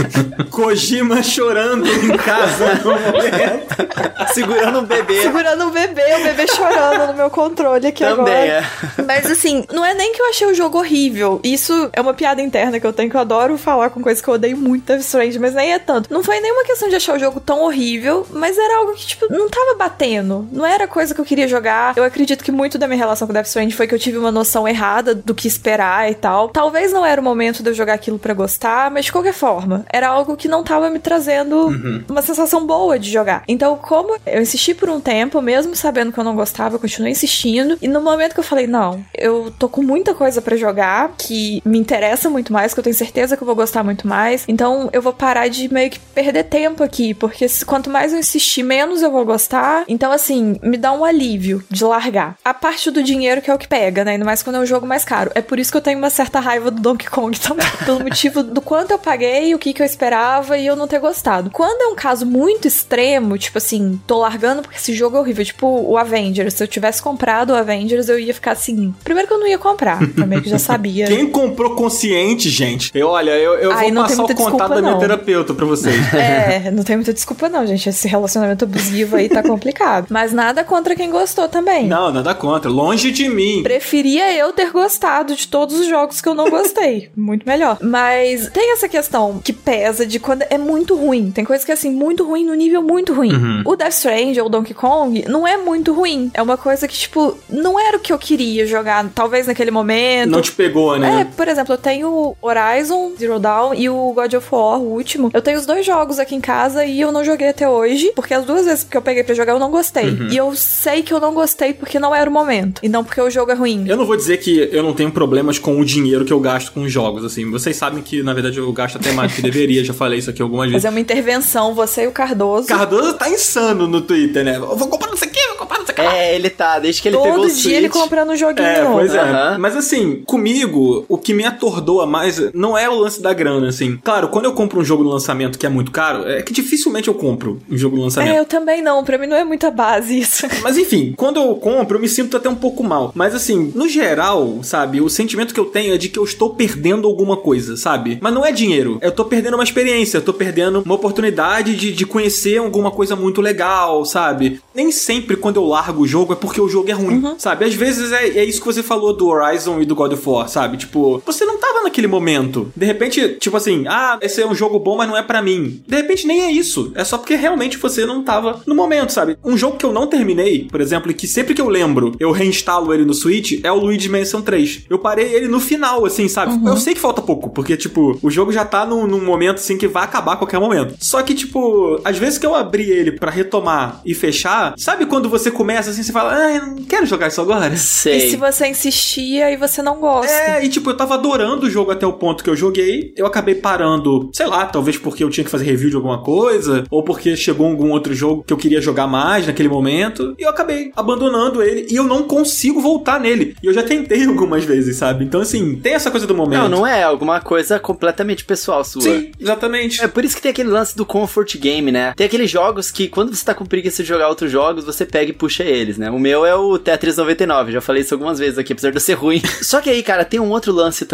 Speaker 1: Kojima chorando em casa no momento.
Speaker 2: Segurando um bebê.
Speaker 3: Segurando um bebê, o bebê chorando no meu controle aqui
Speaker 2: também
Speaker 3: agora. Mas assim, não é nem que eu achei o jogo horrível. Isso é uma piada interna que eu tenho, que eu adoro falar com coisas que eu odeio muito Death Stranding, mas nem é tanto. Não foi nenhuma questão de achar o jogo tão horrível, mas era algo que, tipo, não tava batendo. Não era coisa que eu queria jogar. Eu acredito que muito da minha relação com Death Stranding foi que eu tive uma noção errada do que esperar e tal. Talvez não era o momento de eu jogar aquilo pra gostar, mas de qualquer forma, era algo que não tava me trazendo uma sensação boa de jogar. Então, como eu insisti por um tempo, mesmo sabendo que eu não gostava, eu continuei insistindo. E no momento que eu falei, não, eu tô com muita coisa pra jogar que me interessa muito mais, que eu tenho certeza que eu vou gostar muito mais. Então, eu vou parar de meio que perder tempo aqui, porque quanto mais eu insistir, menos eu vou gostar. Então, assim, me dá um alívio de largar. A parte do dinheiro que é o que pega, né? Ainda mais quando é um jogo mais caro. É por isso que eu tenho uma certa raiva do Donkey Kong também. Pelo motivo do quanto eu paguei, o que eu esperava e eu não ter gostado. Quando é um caso muito extremo, tipo assim, tô largando porque esse jogo é horrível. Tipo o Avengers. Se eu tivesse comprado o Avengers, eu ia ficar assim... Primeiro que eu não ia comprar. Também que já sabia.
Speaker 1: Quem comprou consciente, gente? Eu vou passar o contato da minha terapeuta pra vocês.
Speaker 3: Não tem muita desculpa não, gente. Esse relacionamento abusivo aí tá complicado. Mas nada contra quem gostou também.
Speaker 1: Não, nada contra. Longe de mim.
Speaker 3: Preferia eu ter gostado de todos os jogos que eu não gostei. Muito melhor. Mas tem essa questão que pesa de quando é muito ruim. Tem coisa que é assim, muito ruim no nível muito ruim. O Death Stranding ou Donkey Kong não é muito ruim. É uma coisa que, tipo, não era o que eu queria jogar, talvez naquele momento.
Speaker 1: Não te pegou, né?
Speaker 3: Por exemplo, eu tenho Horizon Zero Dawn e o God of War, o último. Eu tenho os dois jogos aqui em casa e eu não joguei até hoje, porque as duas vezes que eu peguei pra jogar eu não gostei. E eu sei que eu não gostei porque não era o momento. E não porque o jogo é ruim.
Speaker 1: Eu não vou dizer que eu não tenho problemas com o dinheiro que eu gasto com jogos, assim. Vocês sabem que, na verdade, eu gasto até mais do que deveria. Já falei isso aqui algumas vezes.
Speaker 3: Fazer uma intervenção, você e o Cardoso.
Speaker 1: Cardoso tá insano no Twitter, né? Eu vou comprar isso aqui, vou comprar isso aqui.
Speaker 2: Ele tá, desde que ele pegou o Switch.
Speaker 3: Todo dia ele comprando um joguinho novo.
Speaker 1: Pois é. Mas assim, comigo, o que me atordoa mais não é o lance da grana, assim. Claro, quando eu compro um jogo no lançamento que é muito caro, é que dificilmente eu compro um jogo no lançamento.
Speaker 3: Eu também não. Pra mim não é muita base isso.
Speaker 1: Mas enfim, quando eu compro, eu me sinto até um pouco mal. Mas assim, no geral, sabe, o sentimento que eu tenho é de que eu estou perdendo alguma coisa, sabe? Mas não é dinheiro. Eu tô perdendo uma experiência, eu tô perdendo uma oportunidade de conhecer alguma coisa muito legal, sabe? Nem sempre quando eu largo o jogo é porque o jogo é ruim, sabe? Às vezes é isso que você falou do Horizon e do God of War, sabe? Tipo, você não tava naquele momento. De repente, tipo assim, esse é um jogo bom, mas não é pra mim. De repente nem é isso. É só porque realmente você não tava no momento, sabe? Um jogo que eu não terminei, por exemplo, e que sempre que eu lembro, eu reinstalo ele no Switch, é o Luigi's Mansion 3. Eu parei ele no final, assim, sabe? Eu sei que falta pouco, porque, tipo, o jogo já tá num momento, assim, que vai acabar a qualquer momento. Só que, tipo, às vezes que eu abri ele pra retomar e fechar, sabe quando você começa, assim, você fala, eu não quero jogar isso agora?
Speaker 2: Sei.
Speaker 3: E se você insistia e você não gosta?
Speaker 1: E tipo, eu tava adorando o jogo até o ponto que eu joguei, eu acabei parando, sei lá, talvez porque eu tinha que fazer review de alguma coisa, ou porque chegou algum outro jogo que eu queria jogar mais naquele momento, e eu acabei abandonando ele, e eu não consigo voltar nele. E eu já tentei algumas vezes, sabe? Então, assim, tem essa coisa do momento.
Speaker 2: Não é alguma coisa completamente pessoal sua.
Speaker 1: Sim, exatamente.
Speaker 2: É por isso que tem aquele lance do comfort game, né? Tem aqueles jogos que, quando você tá com preguiça de jogar outros jogos, você pega e puxa eles, né? O meu é o Tetris 99, já falei isso algumas vezes aqui, apesar de eu ser ruim. Só que aí, cara, tem um outro lance também,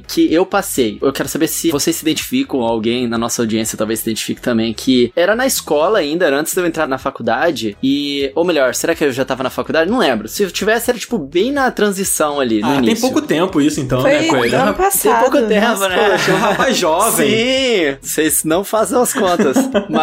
Speaker 2: que eu passei. Eu quero saber se vocês se identificam, ou alguém na nossa audiência talvez se identifique também, que era na escola ainda, era antes de eu entrar na faculdade, ou melhor, será que eu já tava na faculdade? Não lembro. Se eu tivesse, era tipo bem na transição ali, no início.
Speaker 1: Tem pouco tempo isso então,
Speaker 3: foi
Speaker 1: né, Coelho?
Speaker 3: Ano passado.
Speaker 2: Tem pouco tempo,
Speaker 3: nossa,
Speaker 2: né?
Speaker 1: Poxa, um rapaz jovem.
Speaker 2: Sim, vocês não fazem as contas.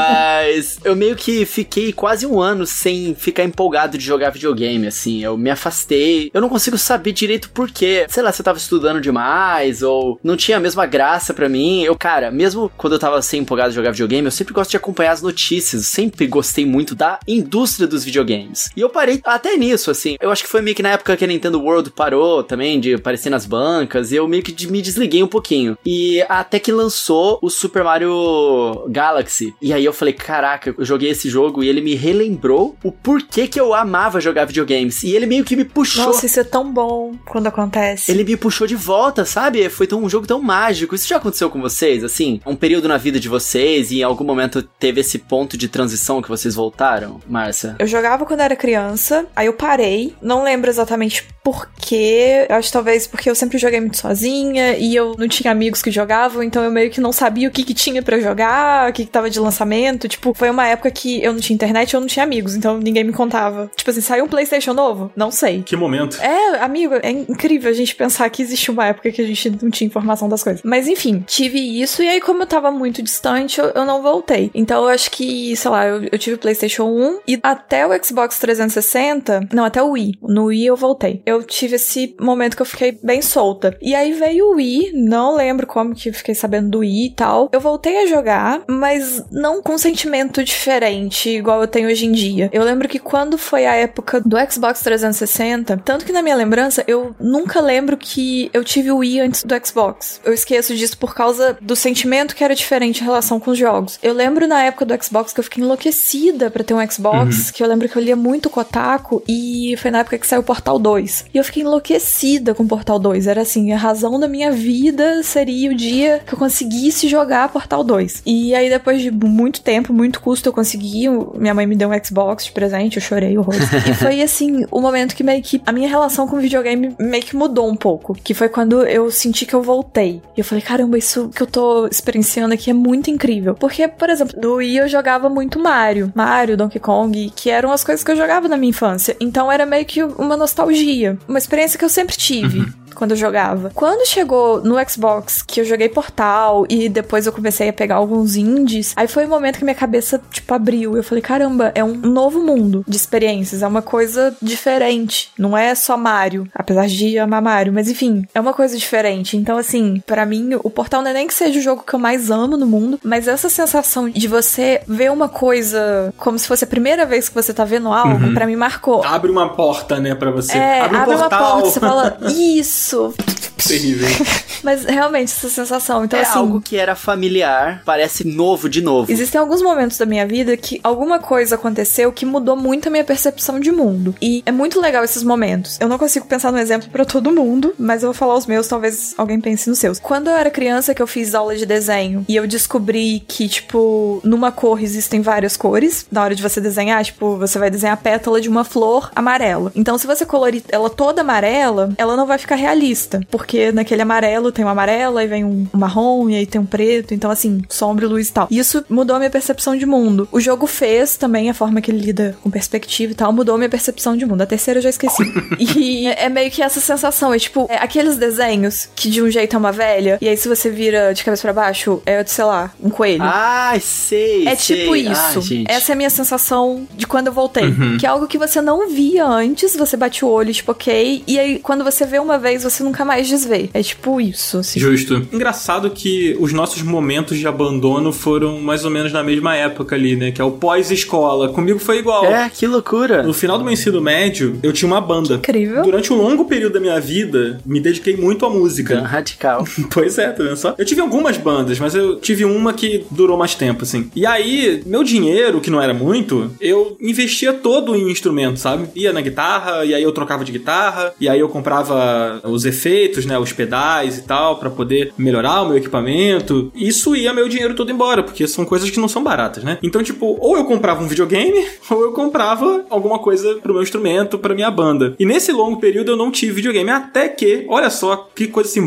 Speaker 2: Mas eu meio que fiquei quase um ano sem ficar empolgado de jogar videogame, assim. Eu me afastei. Eu não consigo saber direito por quê. Sei lá, se eu tava estudando demais, ou não tinha a mesma graça pra mim. Cara, mesmo quando eu tava sem empolgado de jogar videogame, eu sempre gosto de acompanhar as notícias. Eu sempre gostei muito da indústria dos videogames. E eu parei até nisso, assim. Eu acho que foi meio que na época que a Nintendo World parou também de aparecer nas bancas, e eu meio que me desliguei um pouquinho. E até que lançou o Super Mario Galaxy. E aí eu falei, caraca, eu joguei esse jogo e ele me relembrou o porquê que eu amava jogar videogames. E ele meio que me puxou.
Speaker 3: Nossa, isso é tão bom quando acontece.
Speaker 2: Ele me puxou de volta, sabe? Foi um jogo tão mágico. Isso já aconteceu com vocês, assim? Um período na vida de vocês e em algum momento teve esse ponto de transição que vocês voltaram, Márcia?
Speaker 3: Eu jogava quando era criança, aí eu parei. Não lembro exatamente por quê. Eu acho talvez porque eu sempre joguei muito sozinha e eu não tinha amigos que jogavam, então eu meio que não sabia o que tinha pra jogar, o que tava de lançamento. Tipo, foi uma época que eu não tinha internet, eu não tinha amigos, então ninguém me contava. Tipo assim, saiu um PlayStation novo? Não sei.
Speaker 1: Que momento.
Speaker 3: Amigo, é incrível a gente pensar que existe uma época que a gente não tinha informação das coisas. Mas enfim, tive isso, e aí como eu tava muito distante, eu não voltei. Então eu acho que, sei lá, eu tive o PlayStation 1 e até o Xbox 360, não, até o Wii. No Wii eu voltei. Eu tive esse momento que eu fiquei bem solta. E aí veio o Wii, não lembro como que eu fiquei sabendo do Wii e tal. Eu voltei a jogar, mas não com um sentimento diferente, igual eu tenho hoje em dia. Eu lembro que quando foi a época do Xbox 360, tanto que na minha lembrança, eu nunca lembro que eu tive o Wii antes do Xbox. Eu esqueço disso por causa do sentimento que era diferente em relação com os jogos. Eu lembro na época do Xbox que eu fiquei enlouquecida pra ter um Xbox, que eu lembro que eu lia muito Kotaku, e foi na época que saiu o Portal 2. E eu fiquei enlouquecida com o Portal 2. Era assim, a razão da minha vida seria o dia que eu conseguisse jogar Portal 2. E aí depois de muito tempo, muito custo, eu consegui. Minha mãe me deu um Xbox de presente, eu chorei horrores. E foi assim, o momento que meio que a minha relação com o videogame meio que mudou um pouco. Que foi quando eu senti que eu voltei. E eu falei, caramba, isso que eu tô experienciando aqui é muito incrível. Porque, por exemplo, no Wii eu jogava muito Mario, Donkey Kong, que eram as coisas que eu jogava na minha infância. Então era meio que uma nostalgia. Uma experiência que eu sempre tive. Quando eu jogava. Quando chegou no Xbox, que eu joguei Portal e depois eu comecei a pegar alguns indies, aí foi o momento que minha cabeça, tipo, abriu. Eu falei, caramba, é um novo mundo de experiências, é uma coisa diferente. Não é só Mario, apesar de amar Mario, mas enfim, é uma coisa diferente. Então, assim, pra mim, o Portal não é nem que seja o jogo que eu mais amo no mundo, mas essa sensação de você ver uma coisa como se fosse a primeira vez que você tá vendo algo, pra mim marcou.
Speaker 1: Abre uma porta, né, pra você.
Speaker 3: Abre
Speaker 1: um portal.
Speaker 3: uma porta, você fala, isso.
Speaker 1: Terrível.
Speaker 3: Mas realmente, essa sensação. Então, assim,
Speaker 2: algo que era familiar, parece novo de novo.
Speaker 3: Existem alguns momentos da minha vida que alguma coisa aconteceu que mudou muito a minha percepção de mundo. E é muito legal esses momentos. Eu não consigo pensar no exemplo pra todo mundo, mas eu vou falar os meus, talvez alguém pense nos seus. Quando eu era criança, que eu fiz aula de desenho, e eu descobri que, tipo, numa cor existem várias cores. Na hora de você desenhar, tipo, você vai desenhar a pétala de uma flor amarela. Então, se você colorir ela toda amarela, ela não vai ficar realista. Porque naquele amarelo tem um amarelo, aí vem um marrom, e aí tem um preto. Então, assim, sombra, luz e tal. E isso mudou a minha percepção de mundo. O jogo fez também a forma que ele lida com perspectiva e tal, mudou a minha percepção de mundo. A terceira eu já esqueci. E é meio que essa sensação, é tipo, aqueles desenhos que de um jeito é uma velha, e aí se você vira de cabeça pra baixo, é, sei lá, um coelho.
Speaker 2: Ah, sei,
Speaker 3: é tipo isso. Essa é a minha sensação de quando eu voltei. Que é algo que você não via antes, você bate o olho, tipo, ok, e aí quando você vê uma vez, você nunca mais desvê. É tipo isso, assim.
Speaker 1: Justo. Engraçado que os nossos momentos de abandono foram mais ou menos na mesma época ali, né? Que é o pós-escola. Comigo foi igual.
Speaker 2: Que loucura.
Speaker 1: No final do meu ensino médio, eu tinha uma banda.
Speaker 3: Incrível.
Speaker 1: Durante um longo período da minha vida, me dediquei muito à música.
Speaker 2: Radical.
Speaker 1: Pois é, tá vendo só? Eu tive algumas bandas, mas eu tive uma que durou mais tempo, assim. E aí, meu dinheiro, que não era muito, eu investia todo em instrumento, sabe? Ia na guitarra, e aí eu trocava de guitarra, e aí eu comprava os efeitos, né? Os pedais e tal, pra poder melhorar o meu equipamento. Isso ia meu dinheiro todo embora, porque são coisas que não são baratas, né? Então, tipo, ou eu comprava um videogame, ou eu comprava alguma coisa pro meu instrumento, pra minha banda. E nesse longo período eu não tive videogame, até que, olha só que coisa simbólica,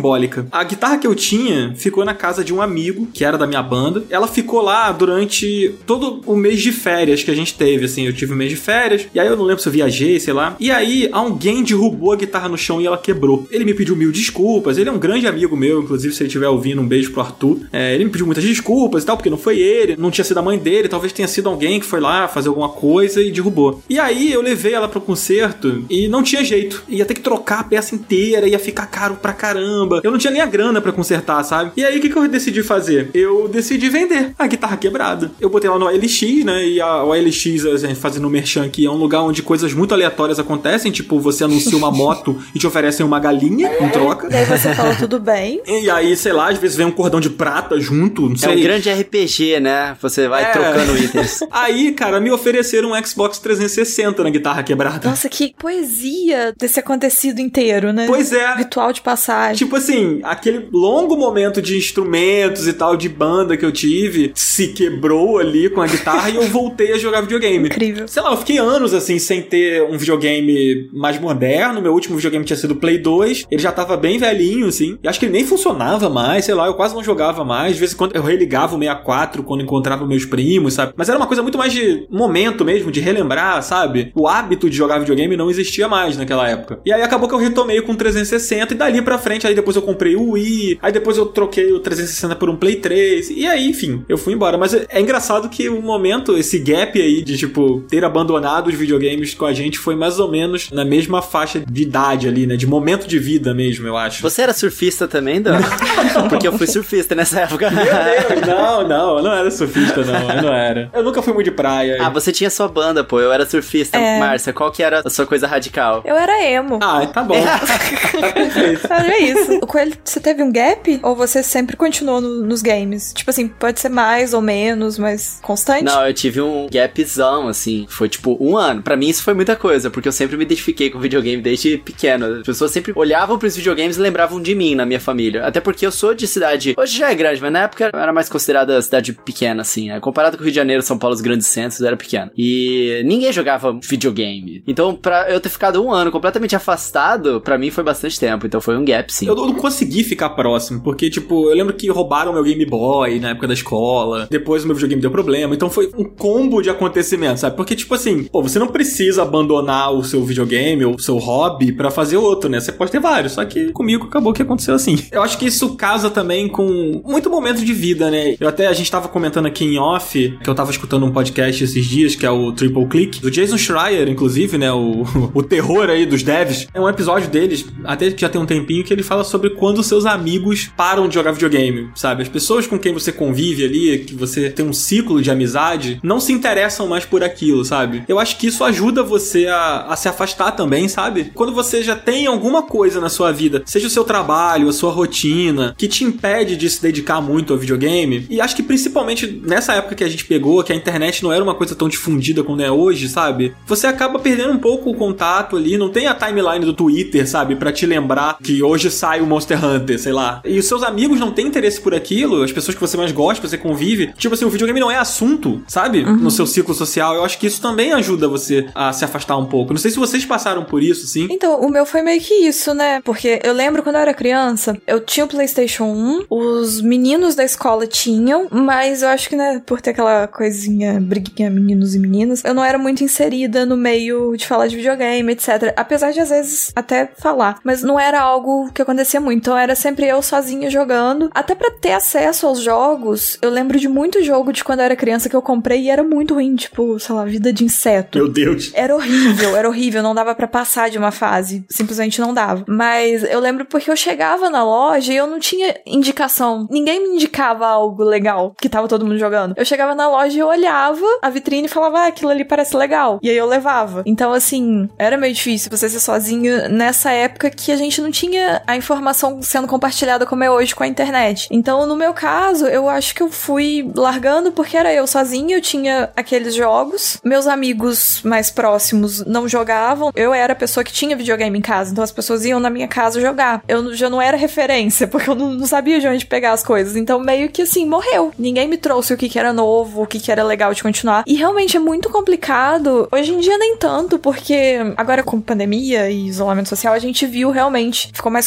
Speaker 1: simbólica. A guitarra que eu tinha ficou na casa de um amigo, que era da minha banda. Ela ficou lá durante todo o mês de férias que a gente teve, assim. Eu tive um mês de férias, e aí eu não lembro se eu viajei, sei lá. E aí, alguém derrubou a guitarra no chão e ela quebrou. Ele me pediu 1000 desculpas. Ele é um grande amigo meu, inclusive, se ele estiver ouvindo, um beijo pro Arthur. Ele me pediu muitas desculpas e tal, porque não foi ele, não tinha sido a mãe dele, talvez tenha sido alguém que foi lá fazer alguma coisa e derrubou. E aí, eu levei ela pro concerto e não tinha jeito. Ia ter que trocar a peça inteira, ia ficar caro pra caramba. Eu não tinha nem a grana pra consertar, sabe? E aí, o que eu decidi fazer? Eu decidi vender a guitarra quebrada. Eu botei lá no OLX, né? E o OLX, a gente fazendo merchan aqui, é um lugar onde coisas muito aleatórias acontecem, tipo, você anuncia uma moto e te oferecem uma galinha em troca.
Speaker 3: Daí você fala tudo bem.
Speaker 1: E aí, sei lá, às vezes vem um cordão de prata junto, não sei.
Speaker 2: É um grande RPG, né? Você vai trocando itens.
Speaker 1: Aí, cara, me ofereceram um Xbox 360 na guitarra quebrada.
Speaker 3: Nossa, que poesia desse acontecido inteiro, né?
Speaker 1: Pois é.
Speaker 3: Ritual de passagem.
Speaker 1: Tipo assim, aquele longo momento de instrumentos e tal, de banda que eu tive, se quebrou ali com a guitarra e eu voltei a jogar videogame.
Speaker 3: Incrível.
Speaker 1: Sei lá, eu fiquei anos assim, sem ter um videogame mais moderno. Meu último videogame tinha sido o Play 2. Ele já tava bem velhinho, assim. E acho que ele nem funcionava mais, sei lá, eu quase não jogava mais. De vez em quando eu religava o 64 quando encontrava meus primos, sabe? Mas era uma coisa muito mais de momento mesmo, de relembrar, sabe? O hábito de jogar videogame não existia mais naquela época. E aí acabou que eu retomei com o 360 e dali pra frente, aí depois eu comprei o Wii, aí depois eu troquei o 360 por um Play 3, e aí, enfim, eu fui embora. Mas é engraçado que o momento, esse gap aí de, tipo, ter abandonado os videogames com a gente foi mais ou menos na mesma faixa de idade ali, né? De momento de vida mesmo, eu acho.
Speaker 2: Você era surfista também, Dan? Porque eu fui surfista nessa época.
Speaker 1: Meu Deus, não, eu não era surfista, não, eu não era. Eu nunca fui muito de praia.
Speaker 2: Ah, você tinha sua banda, pô, eu era surfista. Márcia, qual que era a sua coisa radical?
Speaker 3: Eu era emo.
Speaker 1: Ah, tá bom. Tá perfeito.
Speaker 3: É isso. O Coelho, você teve um gap? Ou você sempre continuou nos games? Tipo assim, pode ser mais ou menos, mas constante?
Speaker 2: Não, eu tive um gapzão, assim. Foi tipo 1 ano. Pra mim isso foi muita coisa, porque eu sempre me identifiquei com videogame desde pequeno. As pessoas sempre olhavam pros videogames e lembravam de mim na minha família. Até porque eu sou de cidade... Hoje já é grande, mas na época era mais considerada cidade pequena, assim. Comparado com o Rio de Janeiro, São Paulo, os grandes centros, era pequeno. E ninguém jogava videogame. Então, pra eu ter ficado 1 ano completamente afastado, pra mim foi bastante tempo. Então foi um gap, sim.
Speaker 1: Eu não consegui ficar próximo, porque, tipo, eu lembro que roubaram meu Game Boy na época da escola, depois o meu videogame deu problema, então foi um combo de acontecimentos, sabe? Porque, tipo assim, pô, você não precisa abandonar o seu videogame ou o seu hobby pra fazer outro, né? Você pode ter vários, só que comigo acabou que aconteceu assim. Eu acho que isso casa também com muito momento de vida, né? A gente tava comentando aqui em off, que eu tava escutando um podcast esses dias, que é o Triple Click, do Jason Schreier, inclusive, né? O terror aí dos devs. É um episódio deles, até que já tem um tempinho, que ele fala sobre quando seus amigos param de jogar videogame, sabe? As pessoas com quem você convive ali, que você tem um ciclo de amizade, não se interessam mais por aquilo, sabe? Eu acho que isso ajuda você a se afastar também, sabe? Quando você já tem alguma coisa na sua vida, seja o seu trabalho, a sua rotina, que te impede de se dedicar muito ao videogame, e acho que principalmente nessa época que a gente pegou, que a internet não era uma coisa tão difundida como é hoje, sabe? Você acaba perdendo um pouco o contato ali, não tem a timeline do Twitter, sabe? Pra te lembrar que hoje sai o Monster Hunter, sei lá. E os seus amigos não têm interesse por aquilo, as pessoas que você mais gosta, você convive. Tipo assim, o videogame não é assunto, sabe? No seu ciclo social. Eu acho que isso também ajuda você a se afastar um pouco. Não sei se vocês passaram por isso, sim.
Speaker 3: Então, o meu foi meio que isso, né? Porque eu lembro quando eu era criança, eu tinha o PlayStation 1, os meninos da escola tinham, mas eu acho que, né, por ter aquela coisinha, briguinha meninos e meninas, eu não era muito inserida no meio de falar de videogame, etc. Apesar de, às vezes, até falar. Mas não era algo que acontecia muito. Então, era sempre eu sozinha jogando. Até pra ter acesso aos jogos, eu lembro de muito jogo de quando eu era criança que eu comprei e era muito ruim. Tipo, sei lá, Vida de Inseto.
Speaker 1: Meu Deus.
Speaker 3: Era horrível. Não dava pra passar de uma fase. Simplesmente não dava. Mas eu lembro porque eu chegava na loja e eu não tinha indicação. Ninguém me indicava algo legal que tava todo mundo jogando. Eu chegava na loja e eu olhava a vitrine e falava, ah, aquilo ali parece legal. E aí eu levava. Então, assim, era meio difícil você ser sozinho nessa época que a gente não tinha a informação sendo compartilhada como é hoje com a internet. Então, no meu caso, eu acho que eu fui largando porque era eu sozinha, eu tinha aqueles jogos. Meus amigos mais próximos não jogavam. Eu era a pessoa que tinha videogame em casa, então as pessoas iam na minha casa jogar. Eu já não era referência, porque eu não sabia de onde pegar as coisas. Então, meio que assim, morreu. Ninguém me trouxe o que era novo, o que era legal de continuar. E realmente é muito complicado. Hoje em dia nem tanto, porque agora com pandemia e isolamento social, a gente viu realmente, ficou mais concreto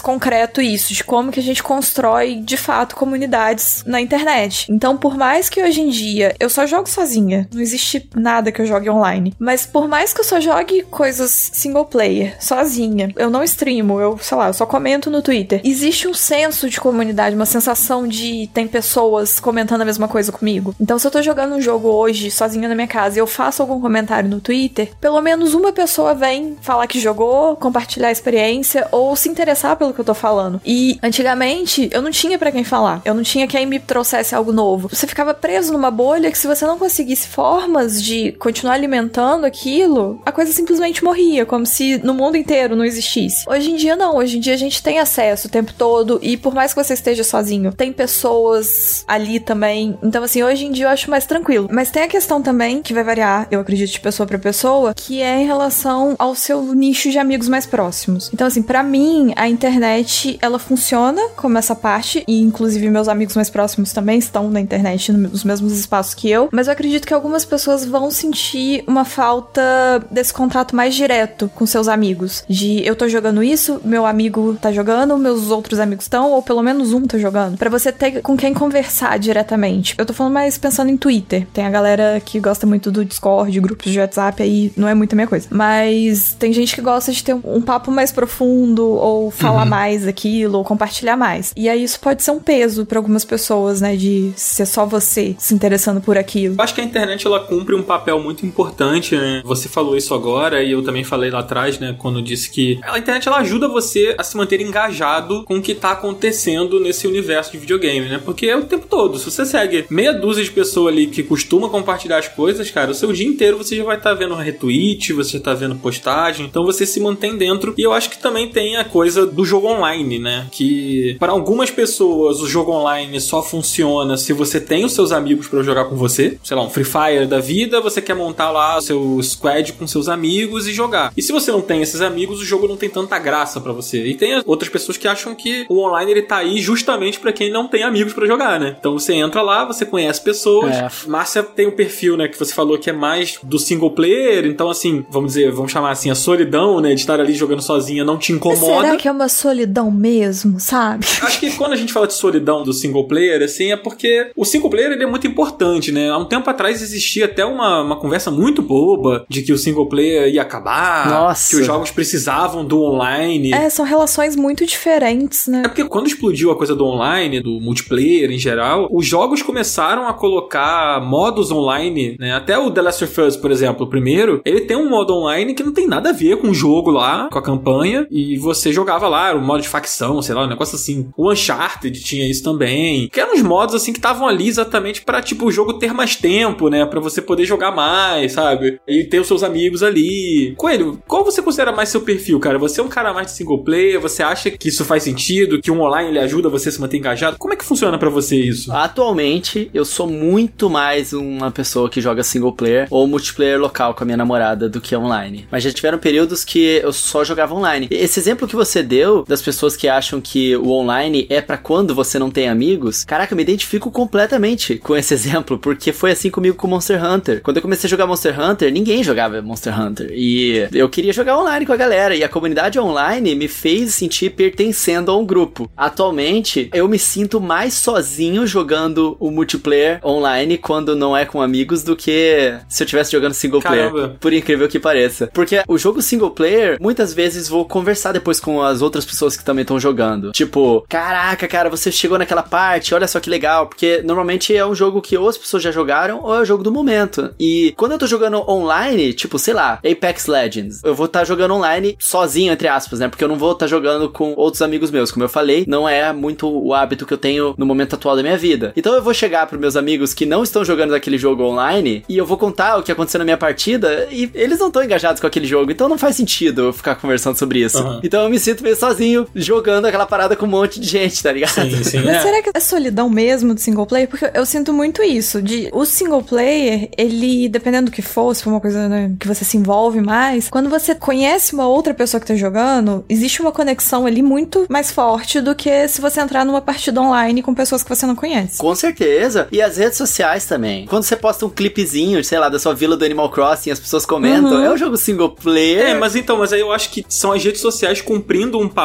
Speaker 3: direto isso, de como que a gente constrói, de fato, comunidades na internet. Então, por mais que hoje em dia eu só jogo sozinha, não existe nada que eu jogue online, mas por mais que eu só jogue coisas single player, sozinha, eu não streamo, eu só comento no Twitter, existe um senso de comunidade, uma sensação de tem pessoas comentando a mesma coisa comigo. Então, se eu tô jogando um jogo hoje, sozinha na minha casa, e eu faço algum comentário no Twitter, pelo menos uma pessoa vem falar que jogou, compartilhar a experiência, ou se interessar pelo que eu tô falando. E, antigamente, eu não tinha pra quem falar. Eu não tinha quem me trouxesse algo novo. Você ficava preso numa bolha que, se você não conseguisse formas de continuar alimentando aquilo, a coisa simplesmente morria, como se no mundo inteiro não existisse. Hoje em dia, não. Hoje em dia, a gente tem acesso o tempo todo, e por mais que você esteja sozinho, tem pessoas ali também. Então, assim, hoje em dia eu acho mais tranquilo. Mas tem a questão também, que vai variar, eu acredito, de pessoa pra pessoa, que é em relação ao seu nicho de amigos mais próximos. Então, assim, pra mim, a internet, ela funciona como essa parte, e inclusive meus amigos mais próximos também estão na internet, nos mesmos espaços que eu, mas eu acredito que algumas pessoas vão sentir uma falta desse contato mais direto com seus amigos. De, eu tô jogando isso, meu amigo tá jogando, meus outros amigos estão, ou pelo menos um tá jogando, pra você ter com quem conversar diretamente. Eu tô falando mais pensando em Twitter. Tem a galera que gosta muito do Discord, grupos de WhatsApp, aí não é muito a minha coisa. Mas tem gente que gosta de ter um papo mais profundo, ou falar mais aquilo, ou compartilhar mais. E aí isso pode ser um peso pra algumas pessoas, né, de ser só você se interessando por aquilo.
Speaker 1: Eu acho que a internet, ela cumpre um papel muito importante, né? Você falou isso agora, e eu também falei lá atrás, né, quando eu disse que a internet, ela ajuda você a se manter engajado com o que tá acontecendo nesse universo de videogame, né? Porque é o tempo todo. Se você segue meia dúzia de pessoas ali que costuma compartilhar as coisas, cara, o seu dia inteiro você já vai estar vendo retweet, você já tá vendo postagem, então você se mantém dentro. E eu acho que também tem a coisa do jogo online, né? Que para algumas pessoas o jogo online só funciona se você tem os seus amigos pra jogar com você. Sei lá, um Free Fire da vida, você quer montar lá o seu squad com seus amigos e jogar. E se você não tem esses amigos, o jogo não tem tanta graça pra você. E tem outras pessoas que acham que o online, ele tá aí justamente pra quem não tem amigos pra jogar, né? Então você entra lá, você conhece pessoas. Márcia tem um perfil, né, que você falou que é mais do single player, então assim, vamos chamar assim, a solidão, né, de estar ali jogando sozinha não te incomoda.
Speaker 3: Será que é uma solidão mesmo, sabe?
Speaker 1: Acho que quando a gente fala de solidão do single player, assim, é porque o single player, ele é muito importante, né? Há um tempo atrás existia até uma conversa muito boba de que o single player ia acabar.
Speaker 2: Nossa.
Speaker 1: Que os jogos precisavam do online.
Speaker 3: São relações muito diferentes, né?
Speaker 1: É porque quando explodiu a coisa do online, do multiplayer em geral, os jogos começaram a colocar modos online, né? Até o The Last of Us, por exemplo, o primeiro, ele tem um modo online que não tem nada a ver com o jogo lá, com a campanha, e você jogava lá, o modo de facção, sei lá, um negócio assim. O Uncharted tinha isso também. Que eram uns modos, assim, que estavam ali exatamente pra, tipo, o jogo ter mais tempo, né? Pra você poder jogar mais, sabe? E ter os seus amigos ali. Coelho, qual você considera mais seu perfil, cara? Você é um cara mais de single player? Você acha que isso faz sentido? Que um online, ele ajuda você a se manter engajado? Como é que funciona pra você isso?
Speaker 2: Atualmente, eu sou muito mais uma pessoa que joga single player ou multiplayer local com a minha namorada do que online. Mas já tiveram períodos que eu só jogava online. Esse exemplo que você deu das pessoas que acham que o online é pra quando você não tem amigos, caraca, eu me identifico completamente com esse exemplo, porque foi assim comigo com Monster Hunter. Quando eu comecei a jogar Monster Hunter, ninguém jogava Monster Hunter. E eu queria jogar online com a galera, e a comunidade online me fez sentir pertencendo a um grupo. Atualmente, eu me sinto mais sozinho jogando o multiplayer online quando não é com amigos do que se eu estivesse jogando single player.
Speaker 1: Caramba.
Speaker 2: Por incrível que pareça. Porque o jogo single player, muitas vezes vou conversar depois com as outras pessoas que também estão jogando. Tipo, caraca, cara, você chegou naquela parte, olha só que legal. Porque normalmente é um jogo que ou as pessoas já jogaram ou é o jogo do momento. E quando eu tô jogando online, tipo, sei lá, Apex Legends, eu vou estar jogando online sozinho, entre aspas, né? Porque eu não vou estar jogando com outros amigos meus. Como eu falei, não é muito o hábito que eu tenho no momento atual da minha vida. Então eu vou chegar pros meus amigos que não estão jogando aquele jogo online e eu vou contar o que aconteceu na minha partida e eles não estão engajados com aquele jogo. Então não faz sentido eu ficar conversando sobre isso. Então eu me sinto meio sozinho jogando aquela parada com um monte de gente, tá ligado?
Speaker 1: Sim.
Speaker 3: Mas será que é solidão mesmo do single player? Porque eu sinto muito isso. O single player, ele, dependendo do que for, se for uma coisa, né, que você se envolve mais, quando você conhece uma outra pessoa que tá jogando, existe uma conexão ali muito mais forte do que se você entrar numa partida online com pessoas que você não conhece.
Speaker 2: Com certeza. E as redes sociais também. Quando você posta um clipezinho, sei lá, da sua vila do Animal Crossing, as pessoas comentam, é um jogo single player.
Speaker 1: Mas aí eu acho que são as redes sociais cumprindo um papel ali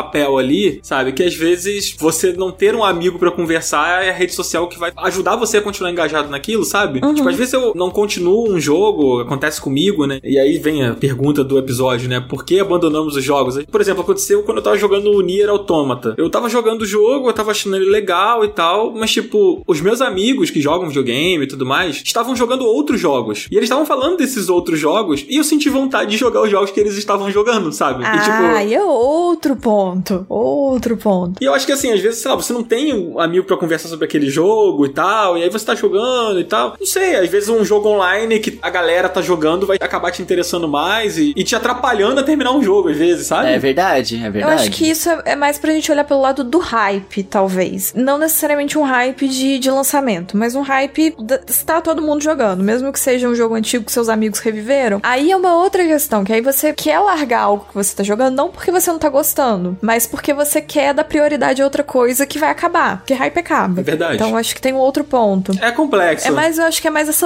Speaker 1: ali, sabe? Que às vezes você não ter um amigo pra conversar é a rede social que vai ajudar você a continuar engajado naquilo, sabe? Tipo, às vezes eu não continuo um jogo, acontece comigo, né? E aí vem a pergunta do episódio, né? Por que abandonamos os jogos? Por exemplo, aconteceu quando eu tava jogando o Nier Automata. Eu tava jogando o jogo, eu tava achando ele legal e tal, mas tipo, os meus amigos que jogam videogame e tudo mais, estavam jogando outros jogos. E eles estavam falando desses outros jogos e eu senti vontade de jogar os jogos que eles estavam jogando, sabe? E, tipo,
Speaker 3: aí é outro ponto. Outro ponto.
Speaker 1: E eu acho que assim, às vezes, sei lá, você não tem um amigo pra conversar sobre aquele jogo e tal, e aí você tá jogando e tal. Não sei, às vezes um jogo online que a galera tá jogando vai acabar te interessando mais e te atrapalhando a terminar um jogo, às vezes, sabe?
Speaker 2: É verdade, é verdade.
Speaker 3: Eu acho que isso é mais pra gente olhar pelo lado do hype, talvez. Não necessariamente um hype de lançamento, mas um hype se tá todo mundo jogando, mesmo que seja um jogo antigo que seus amigos reviveram. Aí é uma outra questão, que aí você quer largar algo que você tá jogando, não porque você não tá gostando, mas porque você quer dar prioridade a outra coisa que vai acabar, porque hype acaba.
Speaker 1: É verdade.
Speaker 3: Então eu acho que tem um outro ponto.
Speaker 1: É complexo.
Speaker 3: Eu acho que é mais essa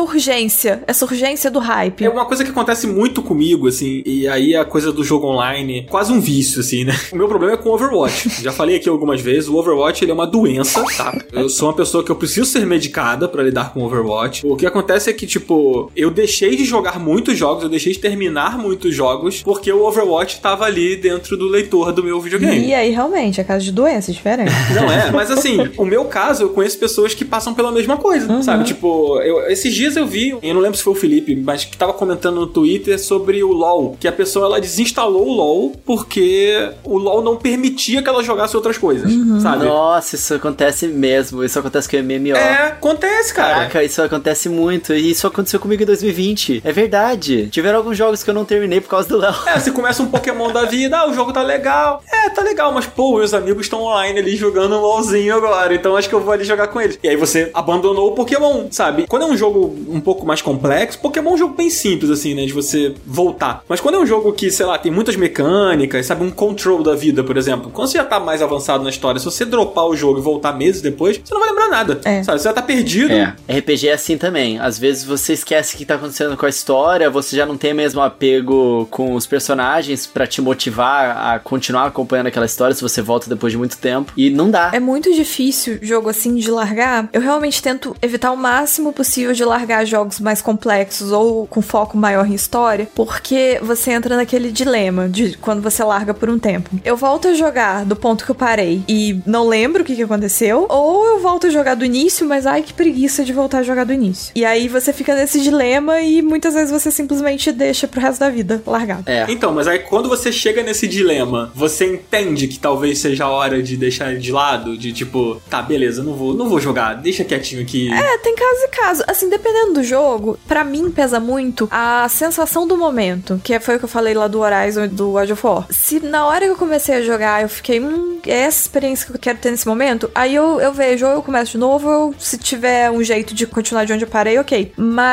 Speaker 3: urgência do hype.
Speaker 1: É uma coisa que acontece muito comigo, assim, e aí a coisa do jogo online, quase um vício, assim, né? O meu problema é com o Overwatch. Já falei aqui algumas vezes, o Overwatch, ele é uma doença, tá? Eu sou uma pessoa que eu preciso ser medicada pra lidar com o Overwatch. O que acontece é que, tipo, eu deixei de jogar muitos jogos, eu deixei de terminar muitos jogos, porque o Overwatch tava ali dentro do leitor do meu videogame.
Speaker 3: E aí, realmente, é caso de doença diferente.
Speaker 1: Não é? Mas assim, o meu caso, eu conheço pessoas que passam pela mesma coisa, sabe? Tipo, esses dias eu vi, eu não lembro se foi o Felipe, mas que tava comentando no Twitter sobre o LoL, que a pessoa, ela desinstalou o LoL porque o LoL não permitia que ela jogasse outras coisas, sabe?
Speaker 2: Nossa, isso acontece mesmo, isso acontece com o MMO.
Speaker 1: É, acontece, cara.
Speaker 2: Caraca, isso acontece muito, e isso aconteceu comigo em 2020, é verdade. Tiveram alguns jogos que eu não terminei por causa do LoL.
Speaker 1: Você começa um Pokémon da vida, o jogo tá legal. Tá legal, mas pô, meus amigos estão online ali jogando um LoLzinho agora, então acho que eu vou ali jogar com eles. E aí você abandonou o Pokémon, sabe? Quando é um jogo um pouco mais complexo, Pokémon é um jogo bem simples, assim, né, de você voltar. Mas quando é um jogo que, sei lá, tem muitas mecânicas, sabe, um Control da vida, por exemplo, quando você já tá mais avançado na história, se você dropar o jogo e voltar meses depois, você não vai lembrar nada, sabe? Você já tá perdido.
Speaker 2: RPG é assim também. Às vezes você esquece o que tá acontecendo com a história, você já não tem mesmo apego com os personagens pra te motivar a continuar acompanhando aquela história se você volta depois de muito tempo. E não dá.
Speaker 3: É muito difícil jogo assim de largar. Eu realmente tento evitar o máximo possível de largar jogos mais complexos ou com foco maior em história, porque você entra naquele dilema de quando você larga por um tempo. Eu volto a jogar do ponto que eu parei e não lembro o que aconteceu, ou eu volto a jogar do início, mas ai que preguiça de voltar a jogar do início. E aí você fica nesse dilema e muitas vezes você simplesmente deixa pro resto da vida largado.
Speaker 1: Então, mas aí quando você chega nesse dilema, você entende que talvez seja a hora de deixar ele de lado, de tipo, tá, beleza, não vou jogar, deixa quietinho aqui.
Speaker 3: Tem caso e caso. Assim, dependendo do jogo, pra mim pesa muito a sensação do momento, que foi o que eu falei lá do Horizon e do God of War. Se na hora que eu comecei a jogar eu fiquei, é essa experiência que eu quero ter nesse momento, aí eu vejo, ou eu começo de novo, ou se tiver um jeito de continuar de onde eu parei, ok.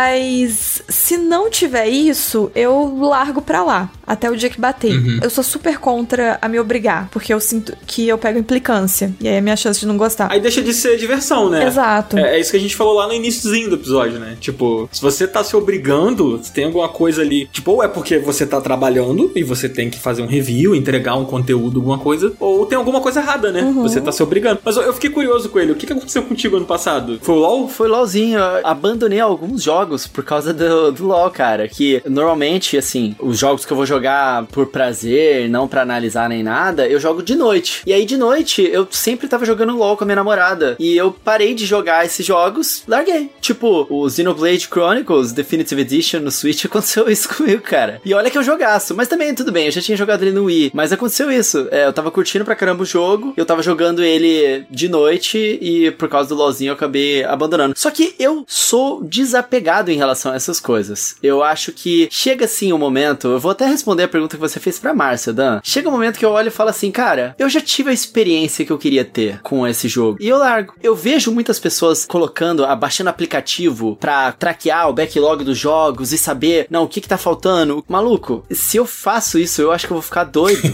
Speaker 3: Mas se não tiver isso, eu largo pra lá, até o dia que bater. Eu sou super contra a me obrigar, porque eu sinto que eu pego implicância, e aí é a minha chance de não gostar.
Speaker 1: Aí deixa de ser diversão, né?
Speaker 3: Exato.
Speaker 1: É isso que a gente falou lá no iníciozinho do episódio, né? Tipo, se você tá se obrigando, se tem alguma coisa ali, tipo, ou é porque você tá trabalhando e você tem que fazer um review, entregar um conteúdo, alguma coisa, ou tem alguma coisa errada, né? Você tá se obrigando. Mas eu fiquei curioso com ele. O que aconteceu contigo ano passado? Foi o LoL?
Speaker 2: Foi o LoLzinho. Eu abandonei alguns jogos por causa do LoL, cara. Que normalmente, assim, os jogos que eu vou jogar por prazer, não pra analisar nem nada, eu jogo de noite. E aí de noite eu sempre tava jogando LoL com a minha namorada. E eu parei de jogar esses jogos, larguei. Tipo, o Xenoblade Chronicles Definitive Edition no Switch, aconteceu isso comigo, cara. E olha que eu jogaço, mas também tudo bem, eu já tinha jogado ele no Wii. Mas aconteceu isso. Eu tava curtindo pra caramba o jogo, eu tava jogando ele de noite e por causa do LoLzinho eu acabei abandonando. Só que eu sou desapegado em relação a essas coisas. Eu acho que chega assim um momento, eu vou até responder a pergunta que você fez pra Márcia, Dan. Chega um momento que eu olho e falo assim, cara, eu já tive a experiência que eu queria ter com esse jogo. E eu largo. Eu vejo muitas pessoas baixando aplicativo pra traquear o backlog dos jogos e saber, não, o que tá faltando. Maluco, se eu faço isso, eu acho que eu vou ficar doido.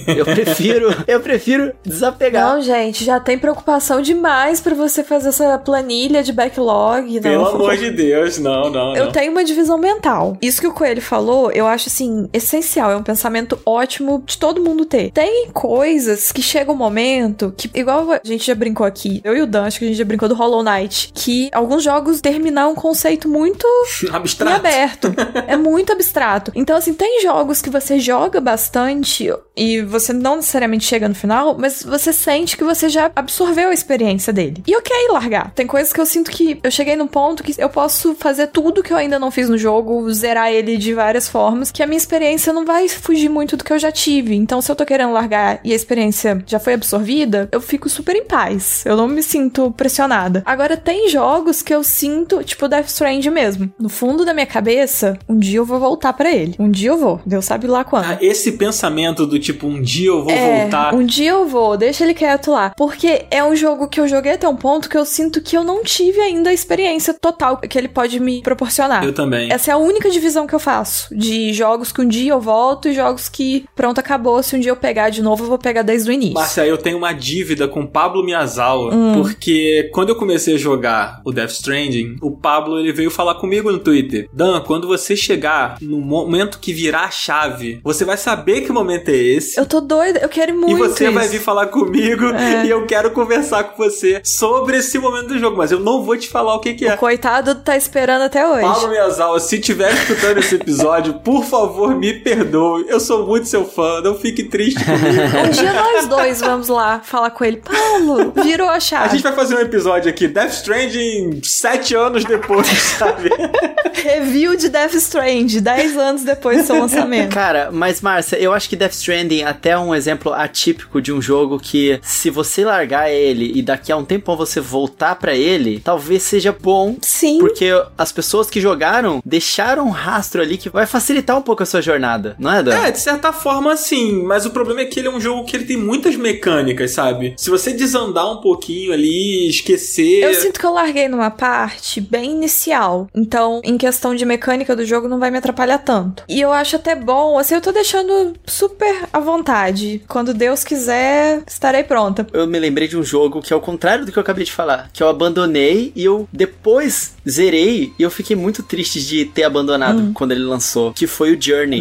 Speaker 2: Eu prefiro desapegar.
Speaker 3: Não, gente, já tem preocupação demais pra você fazer essa planilha de backlog. Não.
Speaker 1: Pelo amor de Deus, não.
Speaker 3: Eu tenho uma divisão mental. Isso que o Coelho falou, eu acho, assim, essencial. É um pensamento ótimo de todo mundo ter. Tem coisas jogos que chega um momento que, igual a gente já brincou aqui, eu e o Dan, acho que a gente já brincou do Hollow Knight, que alguns jogos terminam um conceito muito
Speaker 1: abstrato.
Speaker 3: Aberto. É muito abstrato. Então, assim, tem jogos que você joga bastante e você não necessariamente chega no final, mas você sente que você já absorveu a experiência dele. E ok largar. Tem coisas que eu sinto que eu cheguei num ponto que eu posso fazer tudo que eu ainda não fiz no jogo, zerar ele de várias formas, que a minha experiência não vai fugir muito do que eu já tive. Então, se eu tô querendo largar e a experiência já foi absorvida, eu fico super em paz. Eu não me sinto pressionada. Agora, tem jogos que eu sinto, tipo Death Stranding mesmo. No fundo da minha cabeça, um dia eu vou voltar pra ele. Um dia eu vou. Deus sabe lá quando.
Speaker 1: Esse pensamento do tipo, um dia eu vou voltar.
Speaker 3: Um dia eu vou. Deixa ele quieto lá. Porque é um jogo que eu joguei até um ponto que eu sinto que eu não tive ainda a experiência total que ele pode me proporcionar.
Speaker 1: Eu também.
Speaker 3: Essa é a única divisão que eu faço. De jogos que um dia eu volto e jogos que, pronto, acabou. Se um dia eu pegar de novo, eu vou pegar desde o início.
Speaker 1: Márcia, eu tenho uma dívida com o Pablo Miyazawa. Porque quando eu comecei a jogar o Death Stranding, o Pablo, ele veio falar comigo no Twitter. Dan, quando você chegar no momento que virar a chave, você vai saber que momento é esse.
Speaker 3: Eu tô doida, eu quero muito.
Speaker 1: E você
Speaker 3: isso.
Speaker 1: vai vir falar comigo e eu quero conversar com você sobre esse momento do jogo, mas eu não vou te falar o que é.
Speaker 3: O coitado tá esperando até hoje.
Speaker 1: Pablo Miyazawa, se estiver escutando esse episódio, por favor, me perdoe. Eu sou muito seu fã, não fique triste comigo.
Speaker 3: Um dia nós dois vamos lá falar com ele. Paulo, virou a chave.
Speaker 1: A gente vai fazer um episódio aqui, Death Stranding 7 anos depois, sabe?
Speaker 3: Review de Death Stranding, 10 anos depois do seu lançamento.
Speaker 2: Cara, mas Márcia, eu acho que Death Stranding até é um exemplo atípico de um jogo que, se você largar ele e daqui a um tempão você voltar pra ele, talvez seja bom.
Speaker 3: Sim.
Speaker 2: Porque as pessoas que jogaram deixaram um rastro ali que vai facilitar um pouco a sua jornada, não é, Dan?
Speaker 1: De certa forma sim, mas o problema é que ele é um jogo que ele tem muitas mecânicas, sabe? Se você desandar um pouquinho ali, esquecer...
Speaker 3: Eu sinto que eu larguei numa parte bem inicial, então em questão de mecânica do jogo não vai me atrapalhar tanto. E eu acho até bom, assim, eu tô deixando super à vontade. Quando Deus quiser, estarei pronta.
Speaker 2: Eu me lembrei de um jogo que é o contrário do que eu acabei de falar, que eu abandonei e eu depois zerei e eu fiquei muito triste de ter abandonado quando ele lançou, que foi o Journey.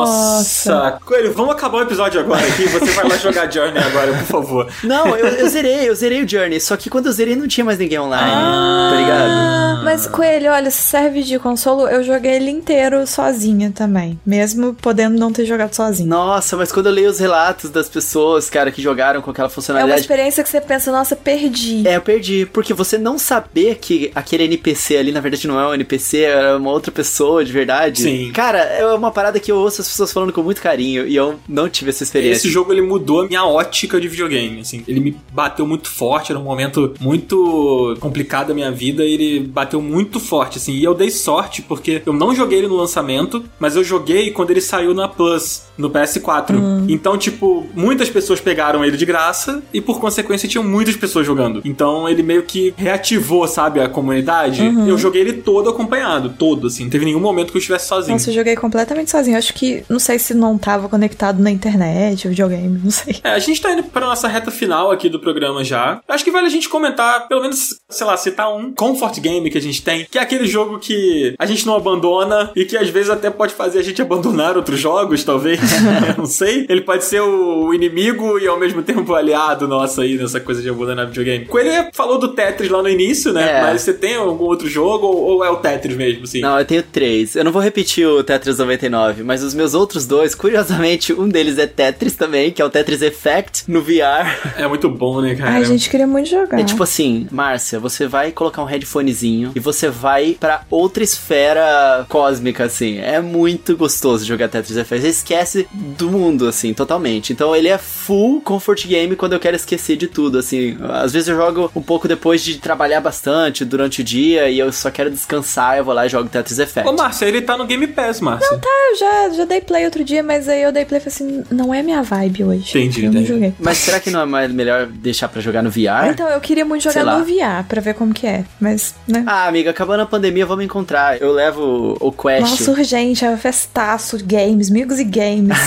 Speaker 1: Nossa! Coelho, vamos acabar o episódio agora aqui, você vai lá jogar Journey agora, por favor.
Speaker 2: Não, eu zerei o Journey, só que quando eu zerei não tinha mais ninguém online, tá ligado?
Speaker 3: Mas, Coelho, olha, se serve de consolo, eu joguei ele inteiro sozinha também, mesmo podendo não ter jogado sozinha.
Speaker 2: Nossa, mas quando eu leio os relatos das pessoas, cara, que jogaram com aquela
Speaker 3: É
Speaker 2: funcionalidade...
Speaker 3: uma experiência que você pensa, nossa, perdi.
Speaker 2: Eu perdi, porque você não saber que aquele NPC ali, na verdade, não é um NPC, era uma outra pessoa de verdade.
Speaker 1: Sim.
Speaker 2: Cara, é uma parada que eu ouço as pessoas falando com muito carinho e eu não tive essa experiência.
Speaker 1: Esse jogo, ele mudou a minha ótica de videogame, assim. Ele me bateu muito forte, era um momento muito complicado da minha vida, e ele bateu muito forte, assim. E eu dei sorte, porque eu não joguei ele no lançamento, mas eu joguei quando ele saiu na Plus, no PS4. Então, tipo, muitas pessoas pegaram ele de graça e, por consequência, tinham muitas pessoas jogando. Então, ele meio que reativou, sabe, a comunidade. Eu joguei ele todo acompanhado, todo, assim. Não teve nenhum momento que eu estivesse sozinho.
Speaker 3: Nossa, eu joguei completamente sozinho. Acho que, não sei se não tava conectado na internet, videogame, não sei.
Speaker 1: A gente tá indo pra nossa reta final aqui do programa já. Acho que vale a gente comentar, pelo menos, sei lá, citar um comfort game que a gente tem, que é aquele jogo que a gente não abandona e que às vezes até pode fazer a gente abandonar outros jogos, talvez. Não sei. Ele pode ser o inimigo e ao mesmo tempo o aliado nosso aí nessa coisa de abandonar videogame. Coelho falou do Tetris lá no início, né? Mas você tem algum outro jogo ou é o Tetris mesmo, assim?
Speaker 2: Não, eu tenho 3. Eu não vou repetir o Tetris 99, mas os meus outros 2, curiosamente, um deles é Tetris também, que é o Tetris Effect no VR.
Speaker 1: É muito bom, né, cara?
Speaker 3: Ai, a gente queria muito jogar.
Speaker 2: É tipo assim, Márcia, você vai colocar um headphonezinho e você vai pra outra esfera cósmica, assim. É muito gostoso jogar Tetris Effect. Você esquece do mundo, assim, totalmente. Então ele é full comfort game quando eu quero esquecer de tudo, assim. Às vezes eu jogo um pouco depois de trabalhar bastante durante o dia e eu só quero descansar, eu vou lá e jogo Tetris Effect.
Speaker 1: Ô, Márcia, ele tá no Game Pass, Márcia.
Speaker 3: Não, tá, eu já dei play outro dia, mas aí eu dei play e falei assim, não é minha vibe hoje.
Speaker 1: Entendi,
Speaker 3: eu não joguei.
Speaker 2: Mas será que não é mais melhor deixar pra jogar no VR?
Speaker 3: Então, eu queria muito jogar no VR, pra ver como que é, mas, né?
Speaker 2: Ah, amiga, acabando a pandemia, vamos encontrar. Eu levo o Quest.
Speaker 3: Nossa, urgente, é um festaço, games, amigos e games.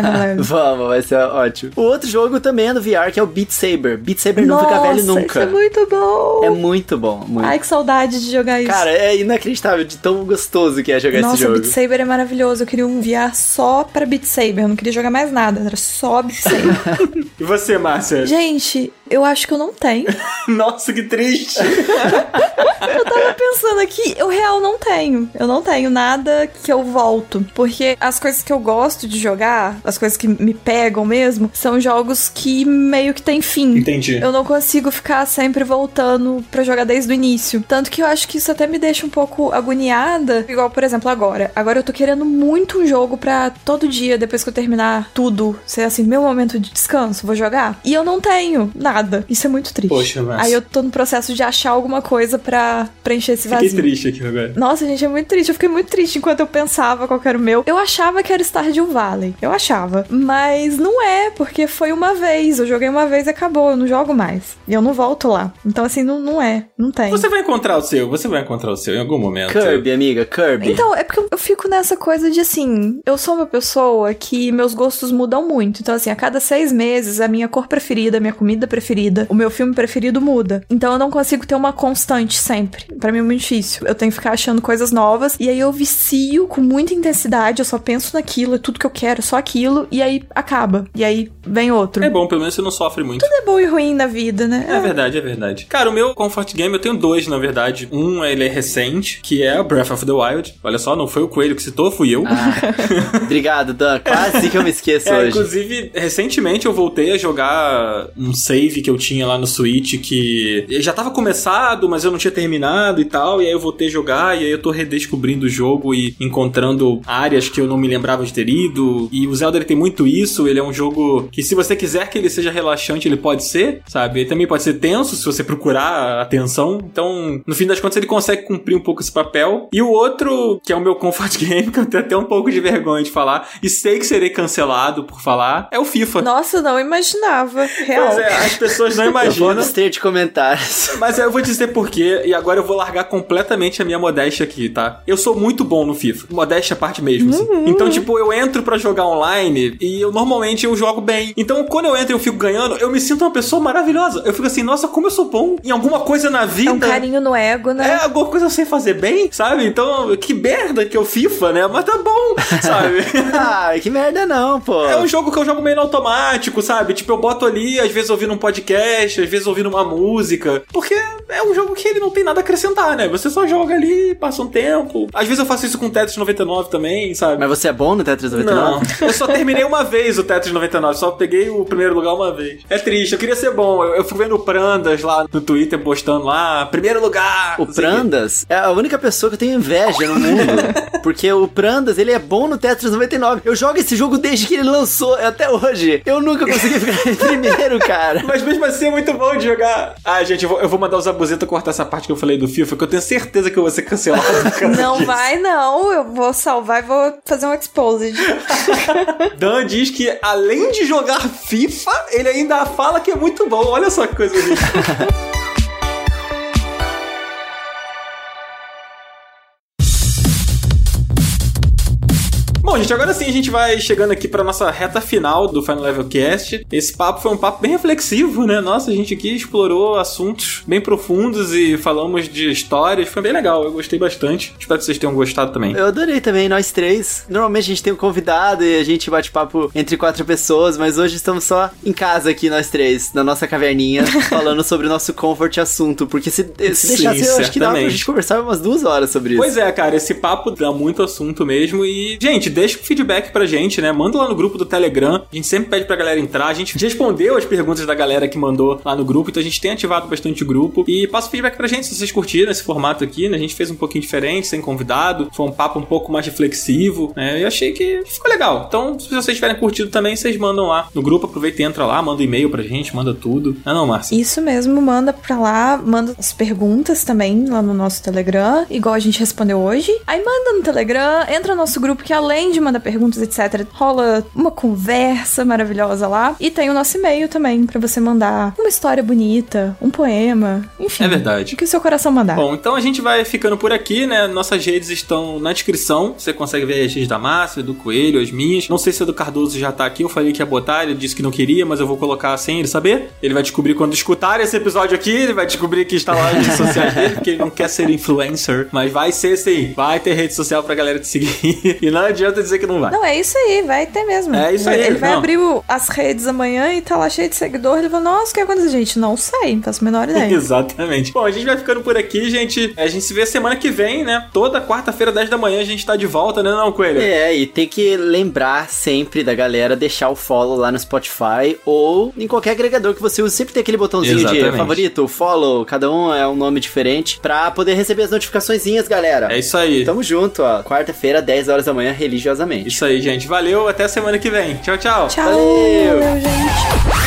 Speaker 2: Vamos, vai ser ótimo. O outro jogo também é no VR, que é o Beat Saber. Beat Saber não fica velho nunca.
Speaker 3: Isso é muito bom.
Speaker 2: É muito bom. Muito.
Speaker 3: Ai, que saudade de jogar isso.
Speaker 2: Cara, é inacreditável de tão gostoso que é jogar esse jogo.
Speaker 3: Nossa, Beat Saber é maravilhoso. Eu queria um VR só pra Beat Saber. Eu não queria jogar mais nada. Era só Beat Saber.
Speaker 1: E você, Márcia?
Speaker 3: Gente, eu acho que eu não tenho.
Speaker 1: Nossa, que triste.
Speaker 3: Eu tava pensando aqui, eu real não tenho. Eu não tenho nada que eu volto. Porque as coisas que eu gosto de jogar, as coisas que me pegam mesmo, são jogos que meio que tem fim.
Speaker 1: Entendi.
Speaker 3: Eu não consigo ficar sempre voltando pra jogar desde o início. Tanto que eu acho que isso até me deixa um pouco agoniada. Igual, por exemplo, agora. Agora eu tô querendo muito um jogo pra todo dia, depois que eu terminar tudo, ser assim, meu momento de descanso, vou jogar. E eu não tenho nada. Isso é muito triste.
Speaker 1: Poxa, mas...
Speaker 3: Aí eu tô no processo de achar alguma coisa pra preencher esse vazio.
Speaker 1: Fiquei triste aqui agora.
Speaker 3: Nossa, gente, é muito triste. Eu fiquei muito triste enquanto eu pensava qual que era o meu. Eu achava que era Stardew Valley. Eu achava. Mas não é, porque foi uma vez. Eu joguei uma vez e acabou. Eu não jogo mais. E eu não volto lá. Então, assim, não é. Não tem.
Speaker 1: Você vai encontrar o seu. Você vai encontrar o seu em algum momento.
Speaker 2: Kirby, amiga, Kirby.
Speaker 3: Então, é porque eu fico nessa coisa de, assim, eu sou uma pessoa que meus gostos mudam muito. Então, assim, a cada 6 meses, a minha cor preferida, a minha comida preferida, o meu filme preferido muda. Então, eu não consigo ter uma constante sempre. Pra mim é muito difícil. Eu tenho que ficar achando coisas novas. E aí eu vicio com muita intensidade. Eu só penso naquilo, é tudo que eu quero, só aquilo. E aí acaba. E aí vem outro.
Speaker 1: É bom, pelo menos você não sofre muito.
Speaker 3: Tudo é bom e ruim na vida, né?
Speaker 1: É verdade, é verdade. Cara, o meu comfort game, eu tenho 2, na verdade. Um, ele é recente, que é Breath of the Wild. Olha só, não foi o Coelho que citou, fui eu.
Speaker 2: Obrigado, Dan. Quase que eu me esqueço hoje.
Speaker 1: Inclusive, recentemente eu voltei a jogar um save que eu tinha lá no Switch, que já tava começado, mas eu não tinha terminado e tal, e aí eu voltei a jogar, e aí eu tô redescobrindo o jogo e encontrando áreas que eu não me lembrava de ter ido. E o Zelda, ele tem muito isso, ele é um jogo que, se você quiser que ele seja relaxante, ele pode ser, sabe? Ele também pode ser tenso, se você procurar atenção. Então, no fim das contas, ele consegue cumprir um pouco esse papel. E o outro, que é o meu comfort game, que eu tenho até um pouco de vergonha de falar, e sei que serei cancelado por falar, é o FIFA.
Speaker 3: Nossa, não imaginava. Real.
Speaker 1: Pois é, as pessoas não
Speaker 2: Eu vou
Speaker 1: imaginam.
Speaker 2: abster de comentários.
Speaker 1: Mas eu vou dizer por quê, e agora eu vou largar completamente a minha modéstia aqui, tá? Eu sou muito bom no FIFA. Modéstia à parte mesmo, assim. Então, tipo, eu entro pra jogar online e normalmente eu jogo bem. Então, quando eu entro e eu fico ganhando, eu me sinto uma pessoa maravilhosa. Eu fico assim, nossa, como eu sou bom em alguma coisa na vida.
Speaker 3: É um carinho no ego, né?
Speaker 1: É, alguma coisa eu sei fazer bem, sabe? Então, que merda que eu FIFA, né? Mas tá bom, sabe?
Speaker 2: Ah, que merda não, pô.
Speaker 1: É um jogo que eu jogo meio no automático, sabe? Tipo, eu boto ali, às vezes ouvindo um podcast, às vezes ouvindo uma música. Porque é um jogo que ele não tem nada a acrescentar, né? Você só joga ali, passa um tempo. Às vezes eu faço isso com o Tetris 99 também, sabe?
Speaker 2: Mas você é bom no Tetris 99?
Speaker 1: Não, eu só terminei uma vez o Tetris 99, só peguei o primeiro lugar uma vez. É triste, eu queria ser bom. Eu fico vendo o Prandas lá no Twitter postando lá, primeiro lugar.
Speaker 2: O Prandas é a única pessoa que eu tenho inveja no mundo. Porque o Prandas, ele é bom no Tetris 99. Eu jogo esse jogo desde que ele lançou, até hoje. Eu nunca consegui ficar em primeiro, cara.
Speaker 1: Mas mesmo assim é muito bom de jogar. Ah, gente, eu vou mandar os abuzetas cortar essa parte que eu falei do FIFA, que eu tenho certeza que eu vou ser cancelado.
Speaker 3: Não vai, não. Eu vou salvar e vou fazer um exposed.
Speaker 1: Dan diz que, além de jogar FIFA, ele ainda fala que é muito bom. Olha só que coisa linda. Bom, gente, agora sim a gente vai chegando aqui pra nossa reta final do Final Level Cast. Esse papo foi um papo bem reflexivo, né? Nossa, a gente aqui explorou assuntos bem profundos e falamos de histórias. Foi bem legal, eu gostei bastante. Espero que vocês tenham gostado também.
Speaker 2: Eu adorei também, nós três. Normalmente a gente tem um convidado e a gente bate papo entre 4 pessoas, mas hoje estamos só em casa aqui, nós três, na nossa caverninha, falando sobre o nosso comfort assunto. Porque se deixasse, eu acho que dava pra gente conversar umas 2 horas sobre isso.
Speaker 1: Pois é, cara, esse papo dá muito assunto mesmo. E, gente, deixa o feedback pra gente, né? Manda lá no grupo do Telegram. A gente sempre pede pra galera entrar. A gente respondeu as perguntas da galera que mandou lá no grupo, então a gente tem ativado bastante o grupo. E passa o feedback pra gente se vocês curtiram esse formato aqui, né? A gente fez um pouquinho diferente, sem convidado. Foi um papo um pouco mais reflexivo, né? Eu achei que ficou legal. Então, se vocês tiverem curtido também, vocês mandam lá no grupo. Aproveita e entra lá, manda um e-mail pra gente, manda tudo. Não, Márcia?
Speaker 3: Isso mesmo, manda pra lá, manda as perguntas também lá no nosso Telegram, igual a gente respondeu hoje. Aí manda no Telegram, entra no nosso grupo que, além de mandar perguntas, etc, rola uma conversa maravilhosa lá. E tem o nosso e-mail também, pra você mandar uma história bonita, um poema, enfim.
Speaker 1: É verdade.
Speaker 3: O que o seu coração mandar.
Speaker 1: Bom, então a gente vai ficando por aqui, né? Nossas redes estão na descrição. Você consegue ver as redes da Márcia, do Coelho, as minhas. Não sei se a do Cardoso já tá aqui. Eu falei que ia botar, ele disse que não queria, mas eu vou colocar sem ele saber. Ele vai descobrir quando escutar esse episódio aqui. Ele vai descobrir que está lá nas redes sociais dele, porque ele não quer ser influencer. Mas vai ser sim. Vai ter rede social pra galera te seguir. E não adianta adianta dizer que não vai.
Speaker 3: Não, é isso aí, vai ter mesmo.
Speaker 1: É isso aí.
Speaker 3: Ele vai
Speaker 1: não.
Speaker 3: abrir as redes amanhã e tá lá cheio de seguidor. Ele fala, nossa, o que aconteceu? Gente, não sei, não faço a menor ideia.
Speaker 1: Exatamente. Bom, a gente vai ficando por aqui, gente. A gente se vê semana que vem, né? Toda quarta-feira, 10 da manhã, a gente tá de volta, né, não, Coelho?
Speaker 2: E tem que lembrar sempre da galera deixar o follow lá no Spotify ou em qualquer agregador que você use. Sempre tem aquele botãozinho de favorito, follow, cada um é um nome diferente, pra poder receber as notificaçõezinhas, galera.
Speaker 1: É isso aí.
Speaker 2: Tamo junto, ó. Quarta-feira, 10 horas da manhã, religiosamente.
Speaker 1: Isso aí, gente. Valeu, até semana que vem. Tchau, tchau.
Speaker 3: Tchau.
Speaker 2: Valeu,
Speaker 3: gente.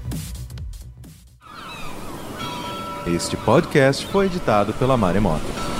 Speaker 4: Este podcast foi editado pela Maremoto.